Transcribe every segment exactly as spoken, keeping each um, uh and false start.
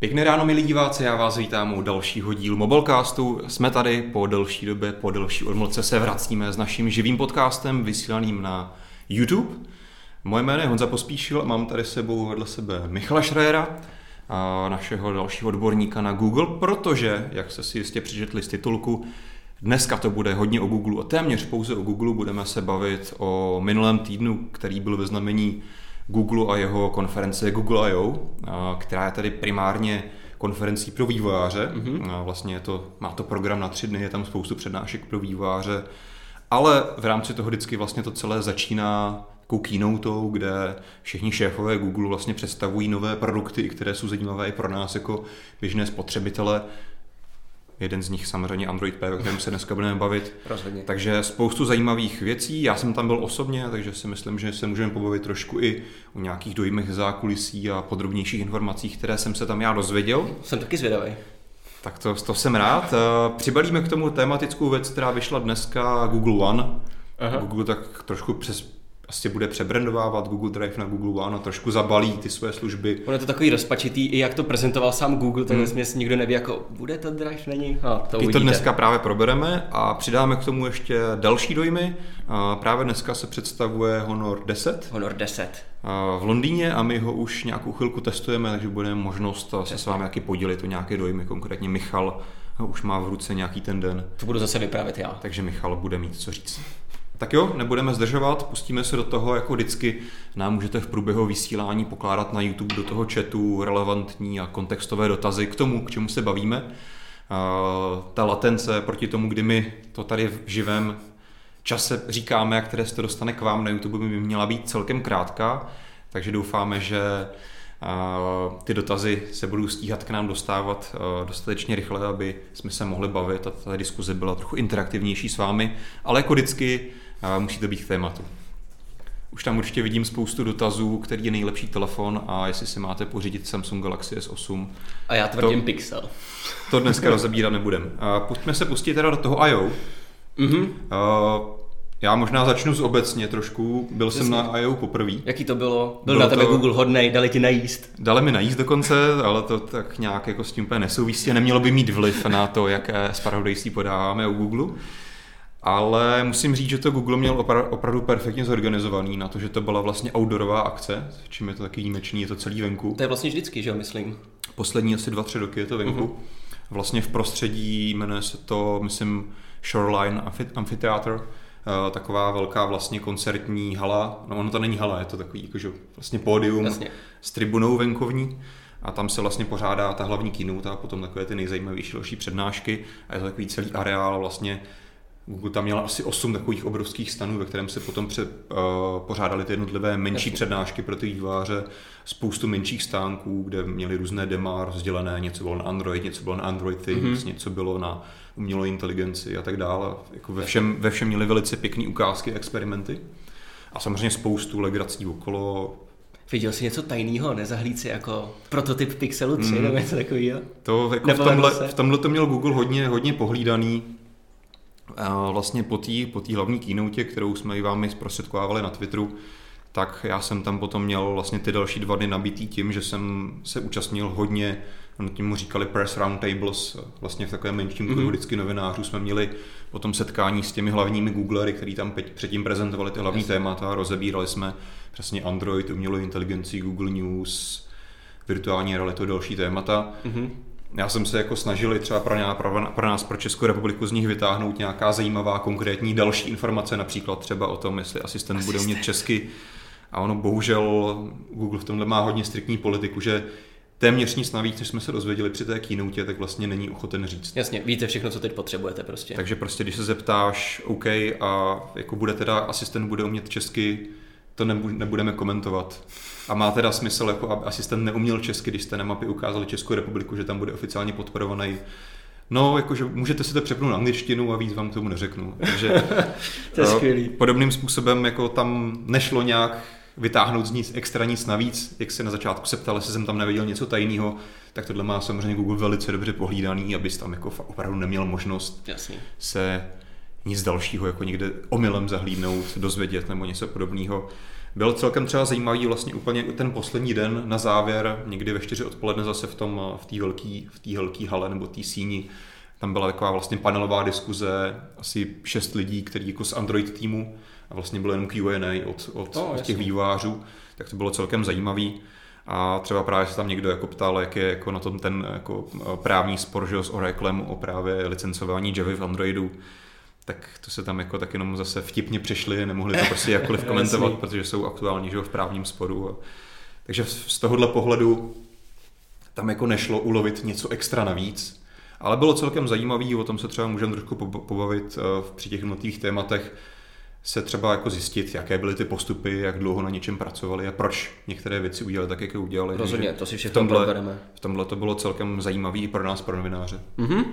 Pěkné ráno, milí diváci, já vás vítám u dalšího dílu Mobilecastu. Jsme tady po delší době, po delší odmlce se vracíme s naším živým podcastem vysílaným na YouTube. Moje jméno je Honza Pospíšil a mám tady s sebou vedle sebe Michala Schreiera, našeho dalšího odborníka na Google, protože, jak jste si jistě přečetli z titulku, dneska to bude hodně o Google, a téměř pouze o Google. Budeme se bavit o minulém týdnu, který byl ve znamení Google a jeho konference Google I O, která je tady primárně konferencí pro vývojáře. Mm-hmm. Vlastně je to, má to program na tři dny, je tam spoustu přednášek pro vývojáře, ale v rámci toho vždycky vlastně to celé začíná takovou keynotou, kde všichni šéfové Google vlastně představují nové produkty, které jsou zajímavé i pro nás jako běžné spotřebitele. Jeden z nich samozřejmě Android P, o kterém se dneska budeme bavit. Rozhodně. Takže spoustu zajímavých věcí. Já jsem tam byl osobně, takže si myslím, že se můžeme pobavit trošku i o nějakých dojmech zákulisí a podrobnějších informacích, které jsem se tam já dozvěděl. Jsem taky zvědavý. Tak to, to jsem rád. Přibalíme k tomu tematickou věc, která vyšla dneska, Google One. Aha. Google tak trošku přes asi bude přebrandovávat Google Drive na Google One a trošku zabalí ty své služby. On je to takový rozpačitý, i jak to prezentoval sám Google, tak hmm. směs nikdo neví, jako bude to Drive, není? No, to I to dneska právě probereme a přidáme k tomu ještě další dojmy. Právě dneska se představuje Honor deset. Honor deset. V Londýně a my ho už nějakou chvilku testujeme, takže bude možnost se s vámi taky podělit o nějaké dojmy. Konkrétně Michal už má v ruce nějaký ten den. To budu zase vyprávět já. Takže Michal bude mít co říct. Tak jo, nebudeme zdržovat, pustíme se do toho, jako vždycky nám můžete v průběhu vysílání pokládat na YouTube do toho chatu relevantní a kontextové dotazy k tomu, k čemu se bavíme. Ta latence proti tomu, kdy my to tady v živém čase říkáme, a které se to dostane k vám na YouTube, by měla být celkem krátká, takže doufáme, že ty dotazy se budou stíhat k nám dostávat dostatečně rychle, aby jsme se mohli bavit a ta diskuze byla trochu interaktivnější s vámi, ale jako vždycky musí to být k tématu. Už tam určitě vidím spoustu dotazů, který je nejlepší telefon a jestli si máte pořídit Samsung Galaxy S osm. A já tvrdím to, Pixel. To dneska rozebírat nebudem. Pojďme se pustit teda do toho I O. Mm-hmm. Já možná začnu z obecně trošku. Byl Přesně. jsem na I O poprvé. Jaký to bylo? Byl bylo na tebe to... Google hodnej, dali ti najíst? Dali mi najíst dokonce, ale to tak nějak jako s tím úplně nesouvisí a nemělo by mít vliv na to, jaké zpravodajství podáváme o Google. Ale musím říct, že to Google měl opra- opravdu perfektně zorganizovaný na to, že to byla vlastně outdoorová akce, čím je to taky výjimečný, je to celý venku. To je vlastně vždycky, že jo, myslím. Poslední asi dva, tři roky je to venku. Uh-huh. Vlastně v prostředí, jmenuje se to, myslím, Shoreline Amphitheater, taková velká vlastně koncertní hala, no ono to není hala, je to takový jakože vlastně pódium Jasně. s tribunou venkovní a tam se vlastně pořádá ta hlavní keynote a potom takové ty nejzajímavější další přednášky a je to takový celý areál vlastně. Google tam měla asi osm takových obrovských stanů, ve kterém se potom pře, uh, pořádaly ty jednotlivé menší Jasně. přednášky pro ty vývojáře, spoustu menších stánků, kde měli různé dema rozdělené, něco bylo na Android, něco bylo na Android Things, mm-hmm. něco bylo na umělou inteligenci a tak dále. Jako ve, všem, ve všem měli velice pěkné ukázky, experimenty a samozřejmě spoustu legrací okolo. Viděl jsi něco tajného, nezahlíd si jako prototyp Pixelu tři mm. nebo něco takového? To jako v tomhle, v tomhle to měl Google hodně, hodně pohlídaný. Vlastně po té po té hlavní keynote, kterou jsme i vám zprostředkovávali na Twitteru, tak já jsem tam potom měl vlastně ty další dva dny nabitý tím, že jsem se účastnil hodně, no tím mu říkali press roundtables, vlastně v takovém menším kruhu mm-hmm. vždycky novinářů jsme měli potom setkání s těmi hlavními Googlery, který tam předtím prezentovali ty hlavní yes. témata a rozebírali jsme přesně Android, umělou inteligenci, Google News, virtuální realitu, další témata. Mm-hmm. Já jsem se jako snažil i třeba pro nás, pro nás, pro Českou republiku z nich vytáhnout nějaká zajímavá konkrétní další informace, například třeba o tom, jestli asistent, asistent. bude umět česky. A ono bohužel Google v tomhle má hodně striktní politiku, že téměř nic navíc, než jsme se dozvěděli při té keynote, tak vlastně není ochoten říct. Jasně, víte všechno, co teď potřebujete prostě. Takže prostě, když se zeptáš, OK, a jako bude teda asistent bude umět česky, to nebudeme komentovat. A má teda smysl, jako aby asistent neuměl česky, když jste na mapě ukázali Českou republiku, že tam bude oficiálně podporovaný. No, jakože můžete si to přepnout na angličtinu a víc vám k tomu neřeknu. Takže to je skvělý. Podobným způsobem jako tam nešlo nějak vytáhnout z nic extra nic navíc, jak se na začátku se ptal, jestli jsem tam neviděl něco tajného, tak tohle má samozřejmě Google velice dobře pohlídaný, abys tam jako opravdu neměl možnost Jasný. se nic dalšího jako někde omylem zahlídnout, dozvědět nebo něco podobného. Byl celkem třeba zajímavý vlastně úplně ten poslední den na závěr, někdy ve čtyři odpoledne zase v tom, v té velký, v té velký hale nebo té síni. Tam byla taková vlastně panelová diskuze, asi šest lidí, kteří jako z Android týmu a vlastně bylo jenom Q and A od, od, no, od těch vývojářů, tak to bylo celkem zajímavý. A třeba právě se tam někdo jako ptal, jak je jako na tom ten jako právní spor, že, s Oraclem o právě licencování Javy v Androidu. Tak to se tam jako tak jenom zase vtipně přešli, nemohli to prostě jakkoliv komentovat, protože jsou aktuální, že, v právním sporu. A... Takže z tohohle pohledu tam jako nešlo ulovit něco extra navíc, ale bylo celkem zajímavý, o tom se třeba můžeme trošku pobavit při těch jednotlivých tématech, se třeba jako zjistit, jaké byly ty postupy, jak dlouho na něčem pracovali a proč některé věci udělali tak, jak je udělali. Rozhodně, to si všechno probereme. V tomhle to bylo celkem zajímavý i pro nás, pro novináře. Mm-hmm.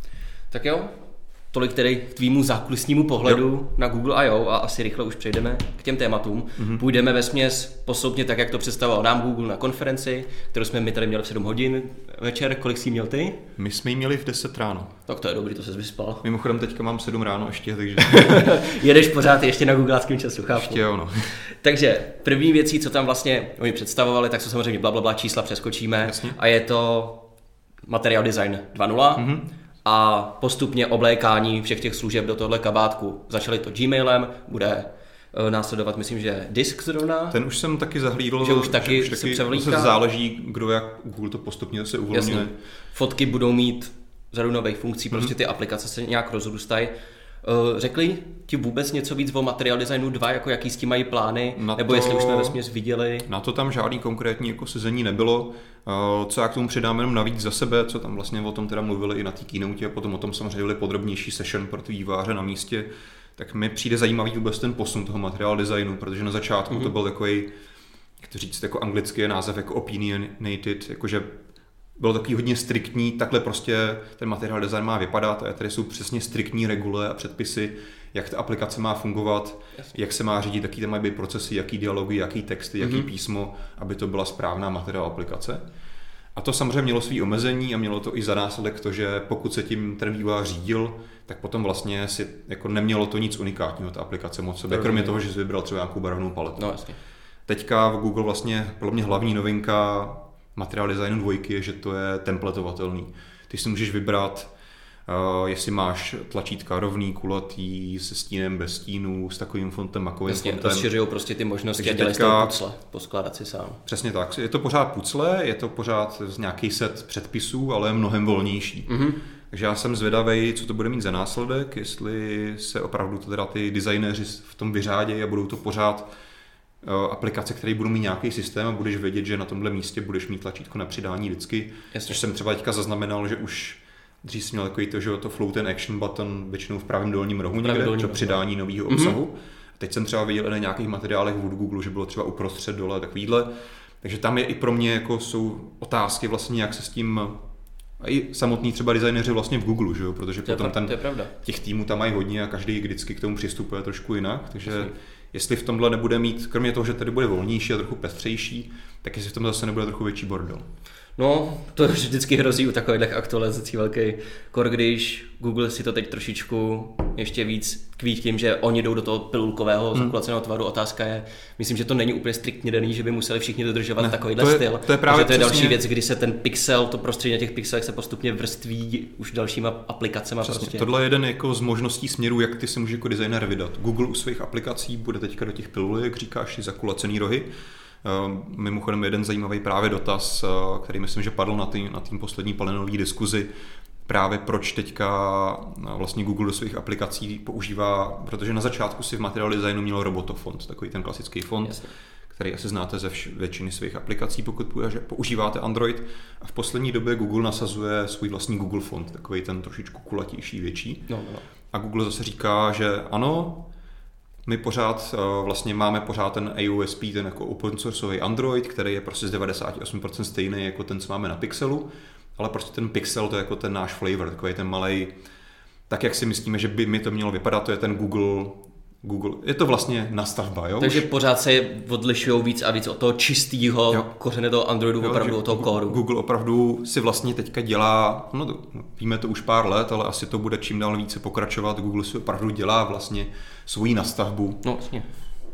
Tak jo, tolik tedy k tvýmu zákulisnímu pohledu jo. na Google I O a asi rychle už přejdeme k těm tématům. Mm-hmm. Půjdeme vesměs postupně tak, jak to představoval nám Google na konferenci, kterou jsme my tady měli v sedm hodin večer. Kolik jsi měl ty? My jsme ji měli v deset ráno. Tak to je dobrý, to ses vyspal. Mimochodem teďka mám sedm ráno ještě, takže... Jedeš pořád ještě na googláckém času, chápu. Ještě jo, no. Takže první věcí, co tam vlastně oni představovali, tak jsou samozřejmě blablabla čísla, přeskočíme. Jasně. A je to Material Design dva tečka nula. Mm-hmm. A postupně oblékání všech těch služeb do tohle kabátku. Začali to Gmailem, bude uh, následovat, myslím, že Disk zrovna. Ten už jsem taky zahlídl, že už taky, že už se taky převlíká. Záleží, kdo jak Google to postupně zase uvolňuje. Fotky budou mít řadu nových funkcí, mm-hmm. prostě ty aplikace se nějak rozrůstají. Uh, řekli ti vůbec něco víc o Material Designu dva, jako jaký s tím mají plány, na nebo to, jestli už jsme vesměs viděli? Na to tam žádný konkrétní jako sezení nebylo. Uh, co já k tomu přidám jenom navíc za sebe, co tam vlastně o tom teda mluvili i na té keynote a potom o tom samozřejmě byli podrobnější session pro ty vývojáře na místě, tak mi přijde zajímavý vůbec ten posun toho Material Designu, protože na začátku mm-hmm. to byl takový, jak to říct, jako anglický je název jako opinionated, jakože bylo takový hodně striktní, takhle prostě ten materiál design má vypadat a tady jsou přesně striktní regule a předpisy, jak ta aplikace má fungovat, Jasně. jak se má řídit, jaký tam mají být procesy, jaký dialogy, jaký texty, jaký mm-hmm. písmo, aby to byla správná materiál aplikace. A to samozřejmě mělo svý omezení a mělo to i za následek to, že pokud se tím ten vývojář řídil, tak potom vlastně si jako nemělo to nic unikátního, ta aplikace moc sebe, kromě toho, že si vybral třeba nějakou barevnou paletu. No, jasně. Teďka v Google vlastně podle mě hlavní novinka Material Designu dvojky je, že to je templatovatelný. Ty si můžeš vybrat, uh, jestli máš tlačítka rovný, kulatý, se stínem, bez stínů, s takovým fontem, makovým Jasně, fontem. Rozšiřují prostě ty možnosti a dělají z toho pucle, poskládat si sám. Přesně tak. Je to pořád pucle, je to pořád nějaký set předpisů, ale je mnohem volnější. Mm-hmm. Takže já jsem zvědavej, co to bude mít za následek, jestli se opravdu teda ty designéři v tom vyřádějí a budou to pořád aplikace, které budou mít nějaký systém a budeš vědět, že na tomhle místě budeš mít tlačítko na přidání vždycky. Jasně. Což jsem třeba teďka zaznamenal, že už dřív jsem měl takový to, že to float and action button většinou v pravém dolním rohu někde pro přidání nového obsahu. Mm-hmm. Teď jsem třeba viděl na nějakých materiálech od Google, že bylo třeba uprostřed dole takovýhle. Takže tam je i pro mě jako jsou otázky vlastně, jak se s tím a i samotní třeba designéři vlastně v Google, že jo? Protože to potom ten, těch týmů tam mají hodně a každý vždycky k tomu přistupuje trošku jinak. Takže Jasně. jestli v tomhle nebude mít, kromě toho, že tady bude volnější a trochu pestřejší, tak jestli v tom zase nebude trochu větší bordel. No, to vždycky hrozí u takových aktualizací velký kor, když Google si to teď trošičku ještě víc kví tím, že oni jdou do toho pilulkového hmm. zakulaceného tvaru. Otázka je, myslím, že to není úplně striktně daný, že by museli všichni dodržovat ne, takovýhle to je, styl. To je právě to je přesně... další věc, kdy se ten pixel, to prostředí na těch pixelech se postupně vrství už dalšíma aplikacemi. Prostě. Tohle je jeden jako z možností směrů, jak ty se může jako designer vydat. Google u svých aplikací bude teďka do těch pilulek, jak říkáš, zakulacený rohy. Mimochodem jeden zajímavý právě dotaz, který myslím, že padl na tým, na tým poslední panelové diskuzi, právě proč teďka vlastně Google do svých aplikací používá, protože na začátku si v Material Designu měl robotofont, takový ten klasický font, Jasně. který asi znáte ze vš- většiny svých aplikací, pokud používáte Android. A v poslední době Google nasazuje svůj vlastní Google font, takový ten trošičku kulatější, větší. No, no. A Google zase říká, že ano, my pořád vlastně máme pořád ten A O S P, ten jako open sourceový Android, který je prostě z devadesát osm procent stejný jako ten, co máme na Pixelu, ale prostě ten Pixel to je jako ten náš flavor, takový ten malej, tak jak si myslíme, že by mi to mělo vypadat, to je ten Google, Google, je to vlastně nastavba, jo? Takže pořád se odlišují víc a víc od toho čistého kořene toho Androidu, jo, opravdu od toho kóru. Google opravdu si vlastně teďka dělá, no to, víme to už pár let, ale asi to bude čím dál více pokračovat, Google si opravdu dělá vlastně svoji nastavbu. No, vlastně.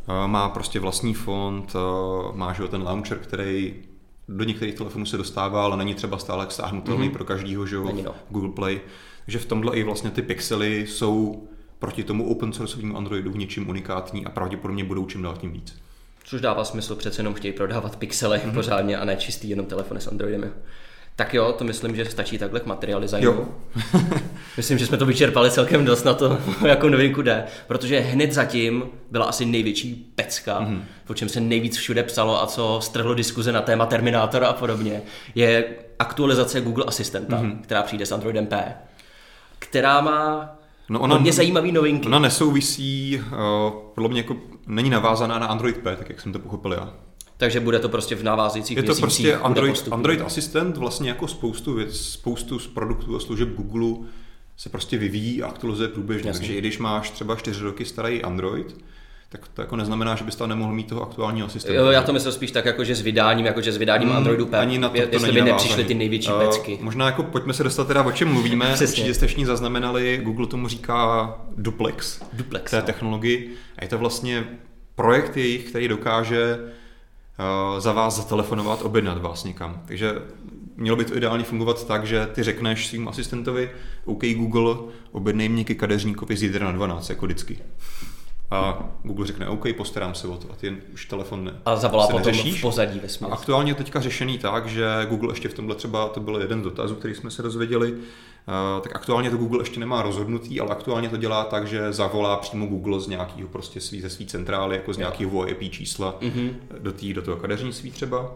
má prostě vlastní fond, má že ten launcher, který do některých telefonů se dostává, ale není třeba stále stáhnutelný mm-hmm. pro každýho, že jo, no. Google Play. Takže v tomhle i vlastně ty pixely jsou proti tomu open sourceovému Androidu v něčím unikátní a pravděpodobně budou čím dál tím víc. Což dává smysl, přece jenom chtějí prodávat pixely mm-hmm. pořádně a ne čistý jenom telefony s Androidem. Jo. Tak jo, to myslím, že stačí takhle k materiál designu. Myslím, že jsme to vyčerpali celkem dost na to, jakou novinku jde, protože hned zatím byla asi největší pecka, mm-hmm. o čem se nejvíc všude psalo a co strhlo diskuze na téma Terminátora a podobně, je aktualizace Google Asistenta, mm-hmm. která přijde s Androidem P, která má no ona, hodně zajímavý novinky. Ona nesouvisí, uh, podle mě jako není navázaná na Android P, tak jak jsem to pochopil já. Takže bude to prostě v navázejících měsících. Je to prostě Android, bude Android Asistent, vlastně jako spoustu věc, spoustu z produktů a služeb Google se prostě vyvíjí a aktualizuje průběžně. Takže i když máš třeba čtyři roky starý Android, tak to jako neznamená, že bys tam nemohl mít toho aktuálního asistenta. Jo, já to myslím spíš tak, jako že s vydáním, jako že s vydáním hmm, Androidu P, ani na to, to jestli by nepřišly ty největší uh, pecky. Možná jako pojďme se dostat teda, o čem mluvíme. Určitě jste všichni zaznamenali, Google tomu říká Duplex, Duplex té no. technologii. A je to vlastně projekt jejich, který dokáže uh, za vás zatelefonovat, objednat vás někam. Takže mělo by to ideálně fungovat tak, že ty řekneš svým asistentovi OK Google, objednej mě ke kadeřníkovi z jedna na dvanáct, jako vždycky. A Google řekne OK, postarám se o to a ty už telefon ne. A zavolá potom neřešíš. V pozadí vesměs. A aktuálně je teďka řešený tak, že Google ještě v tomhle třeba, to byl jeden z dotazů, který jsme se dozvěděli, uh, tak aktuálně to Google ještě nemá rozhodnutý, ale aktuálně to dělá tak, že zavolá přímo Google z nějakého prostě svý, ze svý centrály, jako z nějakého V O I P čísla mm-hmm. do, tý, do toho kadeřnictví třeba.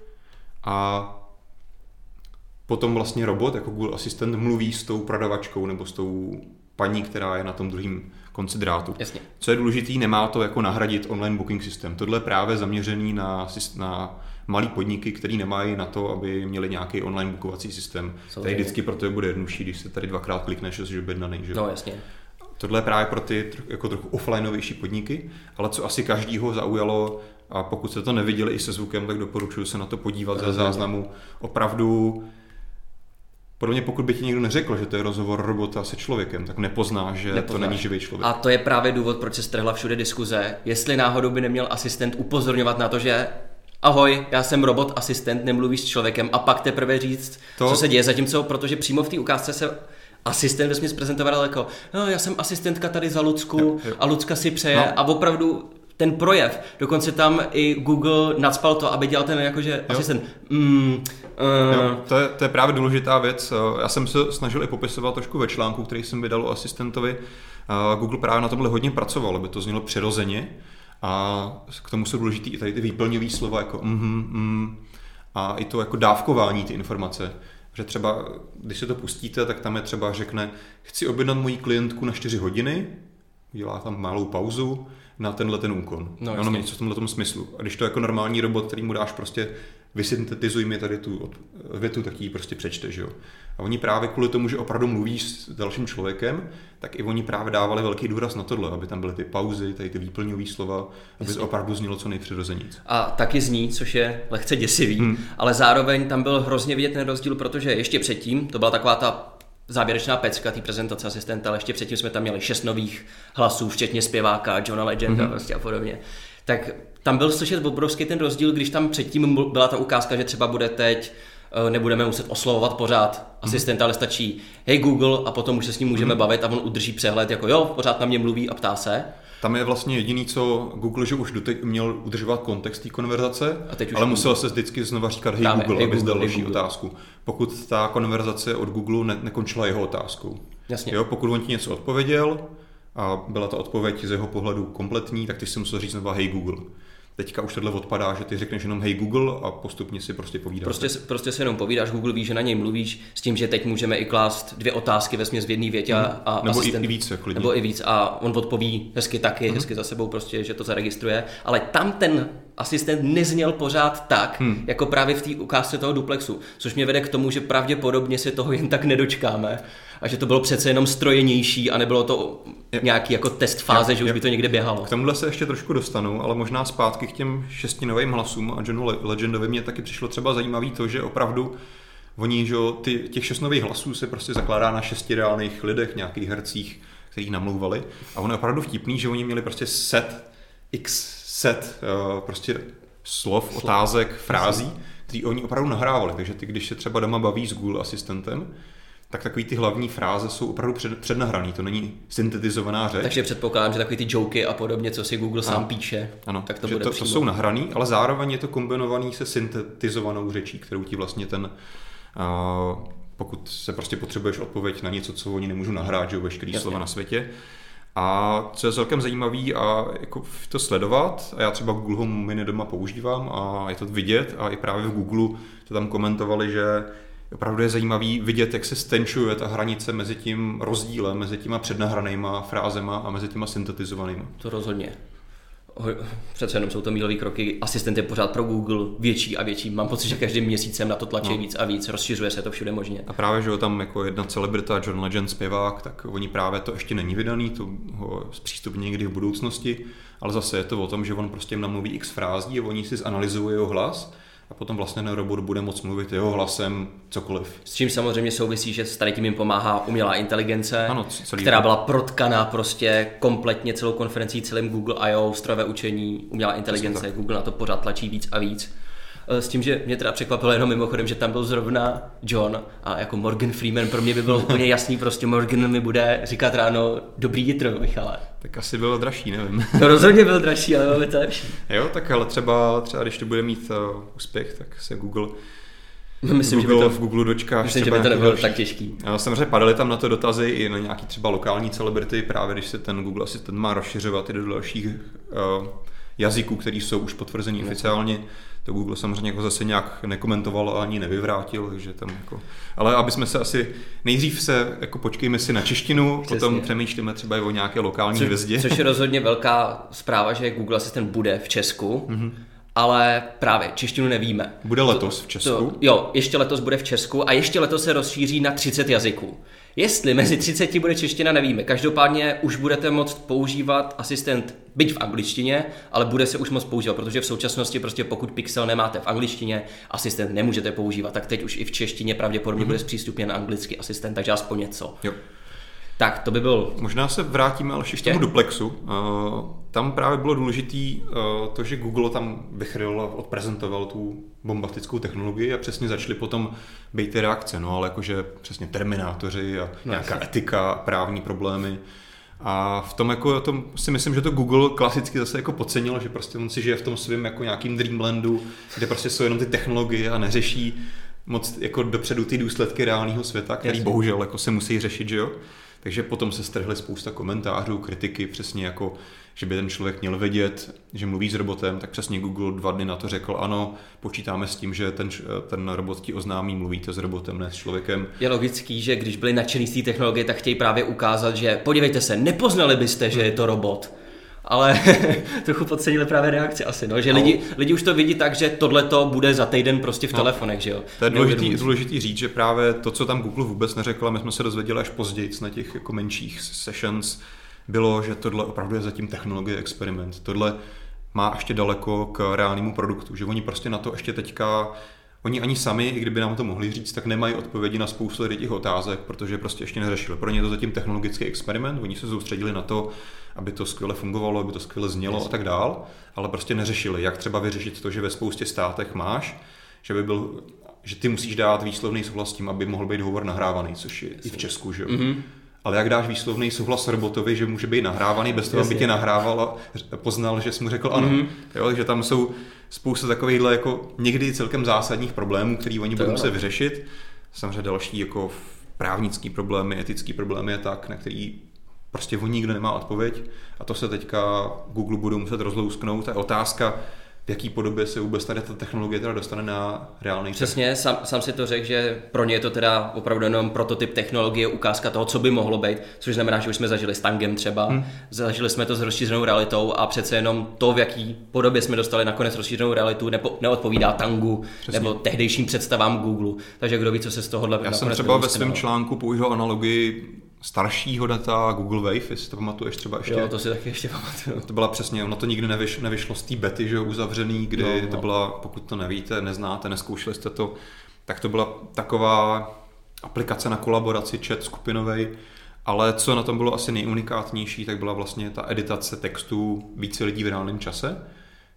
A potom vlastně robot, jako Google Asistent, mluví s tou prodavačkou nebo s tou paní, která je na tom druhém konci drátu. Jasně. Co je důležitý, nemá to jako nahradit online booking systém. Tohle je právě zaměřený na, na malý podniky, který nemají na to, aby měli nějaký online bookovací systém. Tady vždycky pro to bude jednodušší, když se tady dvakrát klikneš, že objednaný. Že? No jasně. Tohle je právě pro ty jako trochu offlineovější podniky, ale co asi každýho zaujalo, a pokud jste to neviděli i se zvukem, tak doporučuji se na to podívat ze záznamu. Opravdu podle mě, pokud by ti někdo neřekl, že to je rozhovor robota se člověkem, tak nepozná, že nepoznáš. To není živý člověk. A to je právě důvod, proč se strhla všude diskuze. Jestli náhodou by neměl asistent upozorňovat na to, že ahoj, já jsem robot asistent, nemluvíš s člověkem a pak teprve říct, to... co se děje. Zatímco, protože přímo v té ukázce se asistent vesměs prezentoval jako no, já jsem asistentka tady za Lucku jo, jo. a Lucka si přeje no. a opravdu ten projev, dokonce tam i Google nacpal to, aby dělal ten jakože asistent. Mm, uh... jo, to, je, to je právě důležitá věc. Já jsem se snažil i popisovat trošku ve článku, který jsem vydal o asistentovi. Google právě na tomhle hodně pracoval, aby to znělo přirozeně. A k tomu jsou důležitý i tady ty výplňový slova jako mm, mm, a i to jako dávkování ty informace. Že třeba, když se to pustíte, tak tam je třeba řekne, chci objednat moji klientku na čtyři hodiny, dělá tam malou pauzu, na tenhle ten úkon. No, ono něco v tomhle tom smyslu. A když to jako normální robot, který mu dáš prostě vysyntetizuj mi tady tu větu, tak ji prostě přečte, že jo. A oni právě kvůli tomu, že opravdu mluví s dalším člověkem, tak i oni právě dávali velký důraz na tohle, aby tam byly ty pauzy, tady ty výplňové slova, aby to opravdu znělo co nejpřirozenějc. A taky zní, což je lehce děsivý, hmm. ale zároveň tam byl hrozně vidět ten rozdíl, protože ještě předtím, to byla taková ta závěrečná pecka té prezentace asistenta, ale ještě předtím jsme tam měli šest nových hlasů, včetně zpěváka, Johna Legenda mm-hmm. prostě a podobně. Tak tam byl slyšet obrovský ten rozdíl, když tam předtím byla ta ukázka, že třeba bude teď, nebudeme muset oslovovat pořád mm-hmm. asistenta, ale stačí hej Google a potom už se s ním můžeme mm-hmm. bavit a on udrží přehled, jako jo, pořád na mě mluví a ptá se. Tam je vlastně jediný, co Google, že už doteď měl udržovat kontext té konverzace, ale musel se vždycky znova říkat hej Google, hey, aby zdal další otázku. Pokud ta konverzace od Google ne- nekončila jeho otázkou. Jasně. Jo, pokud on ti něco odpověděl a byla ta odpověď z jeho pohledu kompletní, tak ty si musel říct znova hej Google. Teďka už tohle odpadá, že ty řekneš jenom hej Google a postupně si prostě povídáš. Prostě, prostě si jenom povídáš, Google ví, že na něj mluvíš, s tím, že teď můžeme i klást dvě otázky vesměs v jedné větě a, a nebo asistent, i, i více, klidně. Nebo i víc a on odpoví hezky taky, mm. hezky za sebou prostě, že to zaregistruje, ale tam ten asistent nezněl pořád tak, hmm. jako právě v té ukázce toho duplexu, což mě vede k tomu, že pravděpodobně se toho jen tak nedočkáme a že to bylo přece jenom strojenější a nebylo to je. nějaký jako test fáze, je. že už je. by to někde běhalo. K tomuhle se ještě trošku dostanu, ale možná zpátky k těm šesti novým hlasům a Johnu Legendovi mě taky přišlo třeba zajímavý to, že opravdu oni, že ty, těch šest nových hlasů se prostě zakládá na šesti reálných lidech, nějakých hercích, kteří namlouvali a ono je opravdu vtipný, že oni měli prostě set X set uh, prostě slov, slov, otázek, frází, který oni opravdu nahrávali. Takže ty, když se třeba doma baví s Google asistentem, tak takový ty hlavní fráze jsou opravdu před, přednahraný, to není syntetizovaná řeč. Takže předpokládám, že takový ty joky a podobně, co si Google sám ano. píše, ano. tak to že bude to, přímo. to jsou nahraný, ale zároveň je to kombinovaný se syntetizovanou řečí, kterou ti vlastně ten, uh, pokud se prostě potřebuješ odpověď na něco, co oni nemůžou nahrát, že veškerý slova na světě. A co je celkem zajímavý a jako to sledovat, a já třeba Google Home Mini doma používám a je to vidět a i právě v Google to tam komentovali, že opravdu je zajímavý vidět, jak se stenčuje ta hranice mezi tím rozdílem, mezi těma přednahranýma frázema a mezi těma syntetizovanýma. To rozhodně. Přece jenom jsou to mílové kroky, asistent je pořád pro Google větší a větší. Mám pocit, že každým měsícem na to tlačí no. víc a víc, rozšiřuje se to všude možně. A právě, že tam jako jedna celebrita, John Legend, zpěvák, tak oni právě to ještě není vydaný, to ho zpřístupní někdy v budoucnosti, ale zase je to o tom, že on prostě jim namluví x frází a oni si zanalyzují jeho hlas a potom vlastně ten robot bude moct mluvit jeho hlasem cokoliv. S čím samozřejmě souvisí, že s tady tím jim pomáhá umělá inteligence, ano, která to. byla protkaná prostě kompletně celou konferencí, celým Google I O, strojové učení, umělá inteligence, Google na to pořád tlačí víc a víc. S tím, že mě teda překvapilo jenom mimochodem, že tam byl zrovna John a jako Morgan Freeman, pro mě by bylo úplně jasný, prostě Morgan mi bude říkat ráno dobrý jitro, Michale. Tak asi bylo dražší, nevím. No rozhodně byl dražší, ale máme to lepší. Jo, tak ale třeba, třeba když to bude mít uh, úspěch, tak se Google, no, myslím, Google že by to, v Google dočkáš. Myslím, že by to nebylo tak těžký. No, samozřejmě padaly tam na to dotazy i na nějaký třeba lokální celebrity, právě když se ten Google Assistant má rozšiřovat i do dalších uh, jazyků, který jsou už potvrzený oficiálně. To Google samozřejmě jako zase nějak nekomentoval a ani nevyvrátil, takže tam jako... Ale aby jsme se asi... Nejdřív se jako počkejme si na češtinu, přesně. Potom přemýšlíme třeba i o nějaké lokální Co, hvězdě. Což je rozhodně velká zpráva, že Google Assistant bude v Česku, mm-hmm. ale právě češtinu nevíme. Bude letos v Česku? To, jo, ještě letos bude v Česku a ještě letos se rozšíří na třicet jazyků. Jestli mezi třiceti bude čeština, nevíme. Každopádně už budete moct používat asistent byť v angličtině, ale bude se už moct používat, protože v současnosti prostě pokud Pixel nemáte v angličtině, asistent nemůžete používat, tak teď už i v češtině pravděpodobně mm-hmm. bude zpřístupněn anglický asistent, takže aspoň něco. Jo. Tak, to by byl... Možná se vrátíme ale ještě k tomu duplexu. Uh, tam právě bylo důležitý uh, to, že Google tam vychril a odprezentoval tu bombastickou technologii a přesně začaly potom být ty reakce, no ale jakože přesně terminátoři a no, nějaká jasný. etika, právní problémy. A v tom jako tom si myslím, že to Google klasicky zase jako podcenil, že prostě on si žije v tom svém jako nějakým dreamlandu, kde prostě jsou jenom ty technologie a neřeší moc jako dopředu ty důsledky reálného světa, který jasný. bohužel jako se musí řešit, že jo? Takže potom se strhly spousta komentářů, kritiky, přesně jako, že by ten člověk měl vědět, že mluví s robotem, tak přesně Google dva dny na to řekl, ano, počítáme s tím, že ten, ten robot ti oznámí, mluvíte s robotem, ne s člověkem. Je logický, že když byli nadšený z té technologie, tak chtějí právě ukázat, že podívejte se, nepoznali byste, že je to robot. Ale trochu podcenili právě reakci asi, no, že lidi, lidi už to vidí tak, že tohleto bude za týden prostě v no, telefonech, že jo. To je důležitý, důležitý říct, že právě to, co tam Google vůbec neřekl, a my jsme se dozvěděli až později na těch jako menších sessions, bylo, že tohle opravdu je zatím technologie experiment. Tohle má ještě daleko k reálnému produktu, že oni prostě na to ještě teďka, oni ani sami, i kdyby nám to mohli říct, tak nemají odpovědi na spoustu těch otázek, protože prostě ještě neřešili. Pro ně je to zatím technologický experiment, oni se soustředili na to, aby to skvěle fungovalo, aby to skvěle znělo yes. a tak dál, ale prostě neřešili, jak třeba vyřešit to, že ve spoustě státech máš, že by byl, že ty musíš dát výslovný souhlas s tím, aby mohl být hovor nahrávaný, což je i v Česku, že jo. Mm-hmm. Ale jak dáš výslovný souhlas robotovi, že může být nahrávaný bez toho, aby tě nahrával a poznal, že jsi mu řekl ano. Mm-hmm. Jo, takže tam jsou spousta takovýchhle jako někdy celkem zásadních problémů, který oni budou muset vyřešit. Samozřejmě další jako právnický problémy, etický problémy je tak, na který prostě on nikdo nemá odpověď a to se teďka Google budou muset rozlousknout. A otázka, v jaký podobě se vůbec tady ta technologie teda dostane na reálný trh. Přesně, sám, sám si to řekl, že pro ně je to teda opravdu jenom prototyp technologie, ukázka toho, co by mohlo být, což znamená, že už jsme zažili s Tangem třeba, hmm. zažili jsme to s rozšířenou realitou a přece jenom to, v jaký podobě jsme dostali nakonec rozšířenou realitu, nepo, neodpovídá Tangu Přesně. nebo tehdejším představám Google. Takže kdo ví, co se z tohohle Já jsem třeba ve svém článku použil analogii staršího data Google Wave, jestli to pamatuješ třeba ještě. Jo, to si taky ještě pamatuju. To byla přesně, ono to nikdy nevyš, nevyšlo z té bety, že jo, uzavřený, kdy no, no. to byla, pokud to nevíte, neznáte, neskoušeli jste to, tak to byla taková aplikace na kolaboraci, chat skupinovej, ale co na tom bylo asi nejunikátnější, tak byla vlastně ta editace textu více lidí v reálném čase,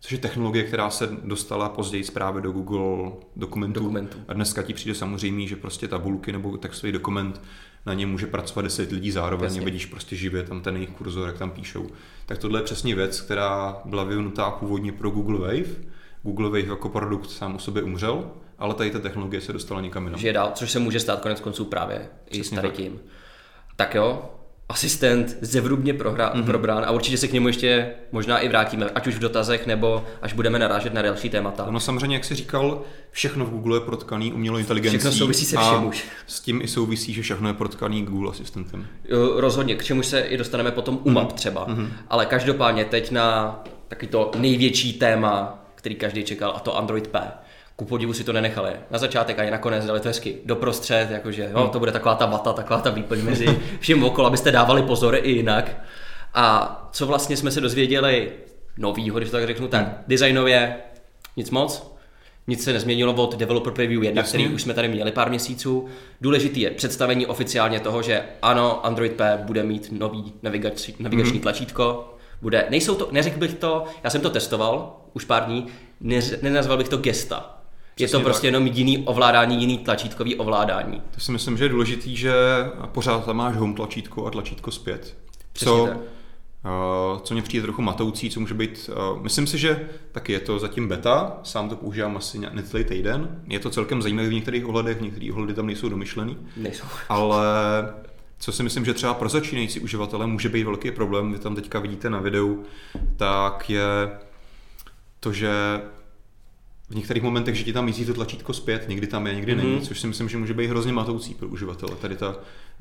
což je technologie, která se dostala později právě do Google dokumentů. dokumentů. A dneska ti přijde samozřejmě, že prostě tabulky nebo textový dokument, na něm může pracovat deset lidí zároveň, Jasně. vidíš prostě živě tam ten jejich kurzor, jak tam píšou. Tak tohle je přesně věc, která byla vyvinutá původně pro Google Wave. Google Wave jako produkt sám o sobě umřel, ale tady ta technologie se dostala někam jinam. Že dál, což se může stát konec konců právě Přesně i s tady tím. Tak jo, asistent zevrubně prohra- mm-hmm. probrán a určitě se k němu ještě možná i vrátíme, ať už v dotazech, nebo až budeme narážet na další témata. No samozřejmě, jak jsi říkal, všechno v Google je protkaný umělou inteligencí. Všechno souvisí se všem už. S tím i souvisí, že všechno je protkaný Google asistentem. Jo, rozhodně, k čemu se i dostaneme potom u map mm-hmm. třeba. Mm-hmm. Ale každopádně teď na taky to největší téma, který každý čekal, a to Android P. Ku podivu si to nenechali. Na začátek ani nakonec dali to hezky doprostřed, jakože jo, to bude taková ta vata, taková ta výplň mezi vším okolo, abyste dávali pozor i jinak. A co vlastně jsme se dozvěděli novýho, když to tak řeknu, tak designově nic moc. Nic se nezměnilo od Developer Preview jedna, Jasně. který už jsme tady měli pár měsíců. Důležitý je představení oficiálně toho, že ano, Android P bude mít nový navigační, navigační mm-hmm. tlačítko. Bude, nejsou to, neřekl bych to, já jsem to testoval už pár dní, neř, nenazval bych to gesta. Je Přesně to prostě tak. jenom jiný ovládání, jiný tlačítkový ovládání. To si myslím, že je důležitý, že pořád tam máš home tlačítko a tlačítko zpět. Přesně co, tak. Uh, co mě přijde trochu matoucí, co může být, uh, myslím si, že taky je to zatím beta, sám to používám asi necelý týden. Je to celkem zajímavé v některých ohledech, některé ohledy tam nejsou domyšlený. Nejsou. Ale co si myslím, že třeba pro začínající uživatele může být velký problém, vy tam teďka vidíte na videu, tak je to, že v některých momentech, že ti tam jízdí to tlačítko zpět, někdy tam je, někdy není, mm-hmm. což si myslím, že může být hrozně matoucí pro uživatele. Tady ta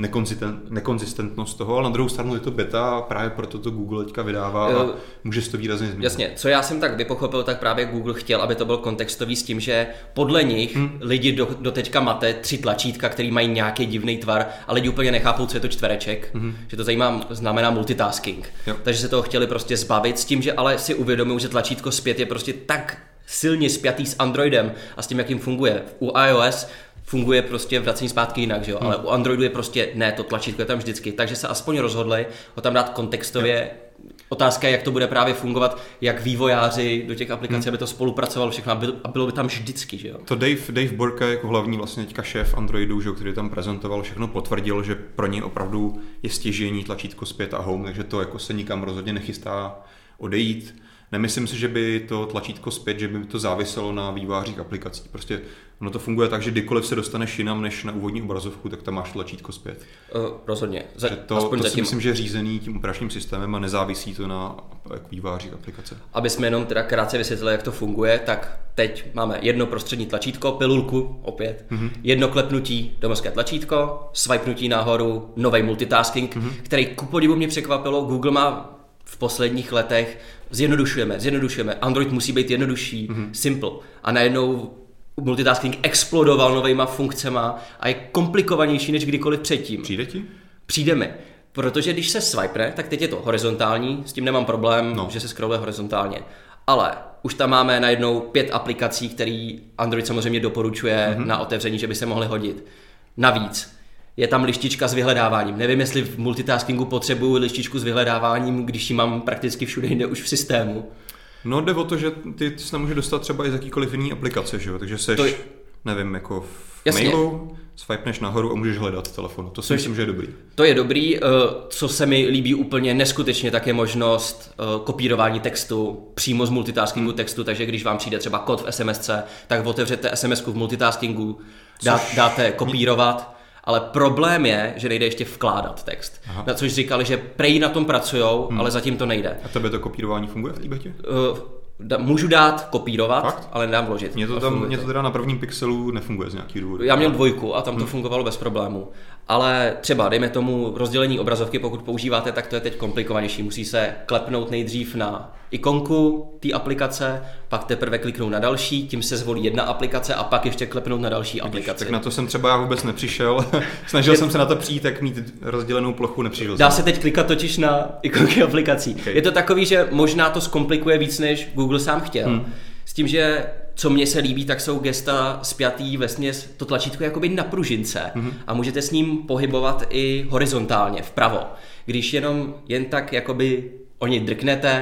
nekonzistentnost toho, ale na druhou stranu je to beta a právě proto to Google teďka vydává a může se to výrazně změnit. Jasně, co já jsem tak vypochopil, tak právě Google chtěl, aby to byl kontextový s tím, že podle nich hmm. lidi do, do teďka mate tři tlačítka, který mají nějaký divný tvar a lidi úplně nechápou, co je to čtvereček, hmm. že to zajímá, znamená multitasking. Jo. Takže se toho chtěli prostě zbavit s tím, že ale si uvědomují, že tlačítko zpět je prostě tak silně spjatý s Androidem a s tím, jak jim funguje. U iOS funguje prostě vracení zpátky jinak, že jo? Hmm. Ale u Androidu je prostě ne, to tlačítko je tam vždycky. Takže se aspoň rozhodli ho tam dát kontextově. Yeah. Otázka je, jak to bude právě fungovat, jak vývojáři do těch aplikací, hmm. aby to spolupracovalo všechno a bylo by tam vždycky, že jo? To Dave, Dave Burke jako hlavní vlastně teďka šéf Androidu, že jo, který tam prezentoval, všechno potvrdil, že pro ně opravdu je stěžejní tlačítko zpět a home, takže to jako se nikam rozhodně nechystá odejít. Nemyslím si, že by to tlačítko zpět, že by to záviselo na vývojářích aplikací. Prostě ono to funguje tak, že kdykoliv se dostaneš jinam než na úvodní obrazovku, tak tam máš tlačítko zpět. Uh, rozhodně. Za, to to si myslím, že je řízený tím operačním systémem a nezávisí to na vývojářích aplikace. Aby jsme jenom teda krátce vysvětlili, jak to funguje, tak teď máme jedno prostřední tlačítko, pilulku opět, mm-hmm. jedno klepnutí domovské tlačítko, swipenutí nahoru, nový multitasking, mm-hmm. který ku podivu mě překvapilo, Google má v posledních letech zjednodušujeme, zjednodušujeme. Android musí být jednodušší, mm-hmm. simple. A najednou multitasking explodoval novejma funkcema a je komplikovanější než kdykoliv předtím. Přijde ti? Přijde mi. Protože když se swipne, tak teď je to horizontální, s tím nemám problém, no. že se scrolluje horizontálně. Ale už tam máme najednou pět aplikací, které Android samozřejmě doporučuje mm-hmm. na otevření, že by se mohly hodit. Navíc je tam lištička s vyhledáváním. Nevím, jestli v multitaskingu potřebuju lištičku s vyhledáváním, když ji mám prakticky všude jinde už v systému. No jde o to, že ty se nemůžeš dostat třeba i z jakýkoliv jiný aplikace, že jo? Takže seš, je... nevím, jako v Jasně. mailu, swipneš nahoru a můžeš hledat telefon. To si Což, myslím, že je dobrý. To je dobrý. Co se mi líbí úplně neskutečně, tak je možnost kopírování textu přímo z multitaskingu hmm. textu, takže když vám přijde třeba kód v es em esce, tak otevřete es em esku v multitaskingu, dá, Což... dáte kopírovat. Ale problém je, že nejde ještě vkládat text. Aha. Na což říkali, že prej na tom pracujou, hmm. ale zatím to nejde. A tebe to kopírování funguje v té betě? Uh, da, můžu dát kopírovat, Fakt? ale nedám vložit. Mně to, tam, mě to teda na prvním pixelu nefunguje z nějaký důvodu. Já měl dvojku a tam to hmm. fungovalo bez problému. Ale třeba, dejme tomu rozdělení obrazovky, pokud používáte, tak to je teď komplikovanější. Musí se klepnout nejdřív na ikonku té aplikace, pak teprve kliknout na další, tím se zvolí jedna aplikace a pak ještě klepnout na další Vidíš, aplikaci. Tak na to jsem třeba já vůbec nepřišel. Snažil je... jsem se na to přijít, tak mít rozdělenou plochu, nepřišel Dá jsem. se teď klikat totiž na ikonky aplikací. Okay. Je to takový, že možná to zkomplikuje víc, než Google sám chtěl. Hmm. S tím, že co mně se líbí, tak jsou gesta spjatý vesměs, to tlačítko je jakoby na pružince mm-hmm. a můžete s ním pohybovat i horizontálně, vpravo. Když jenom jen tak jakoby o něj drknete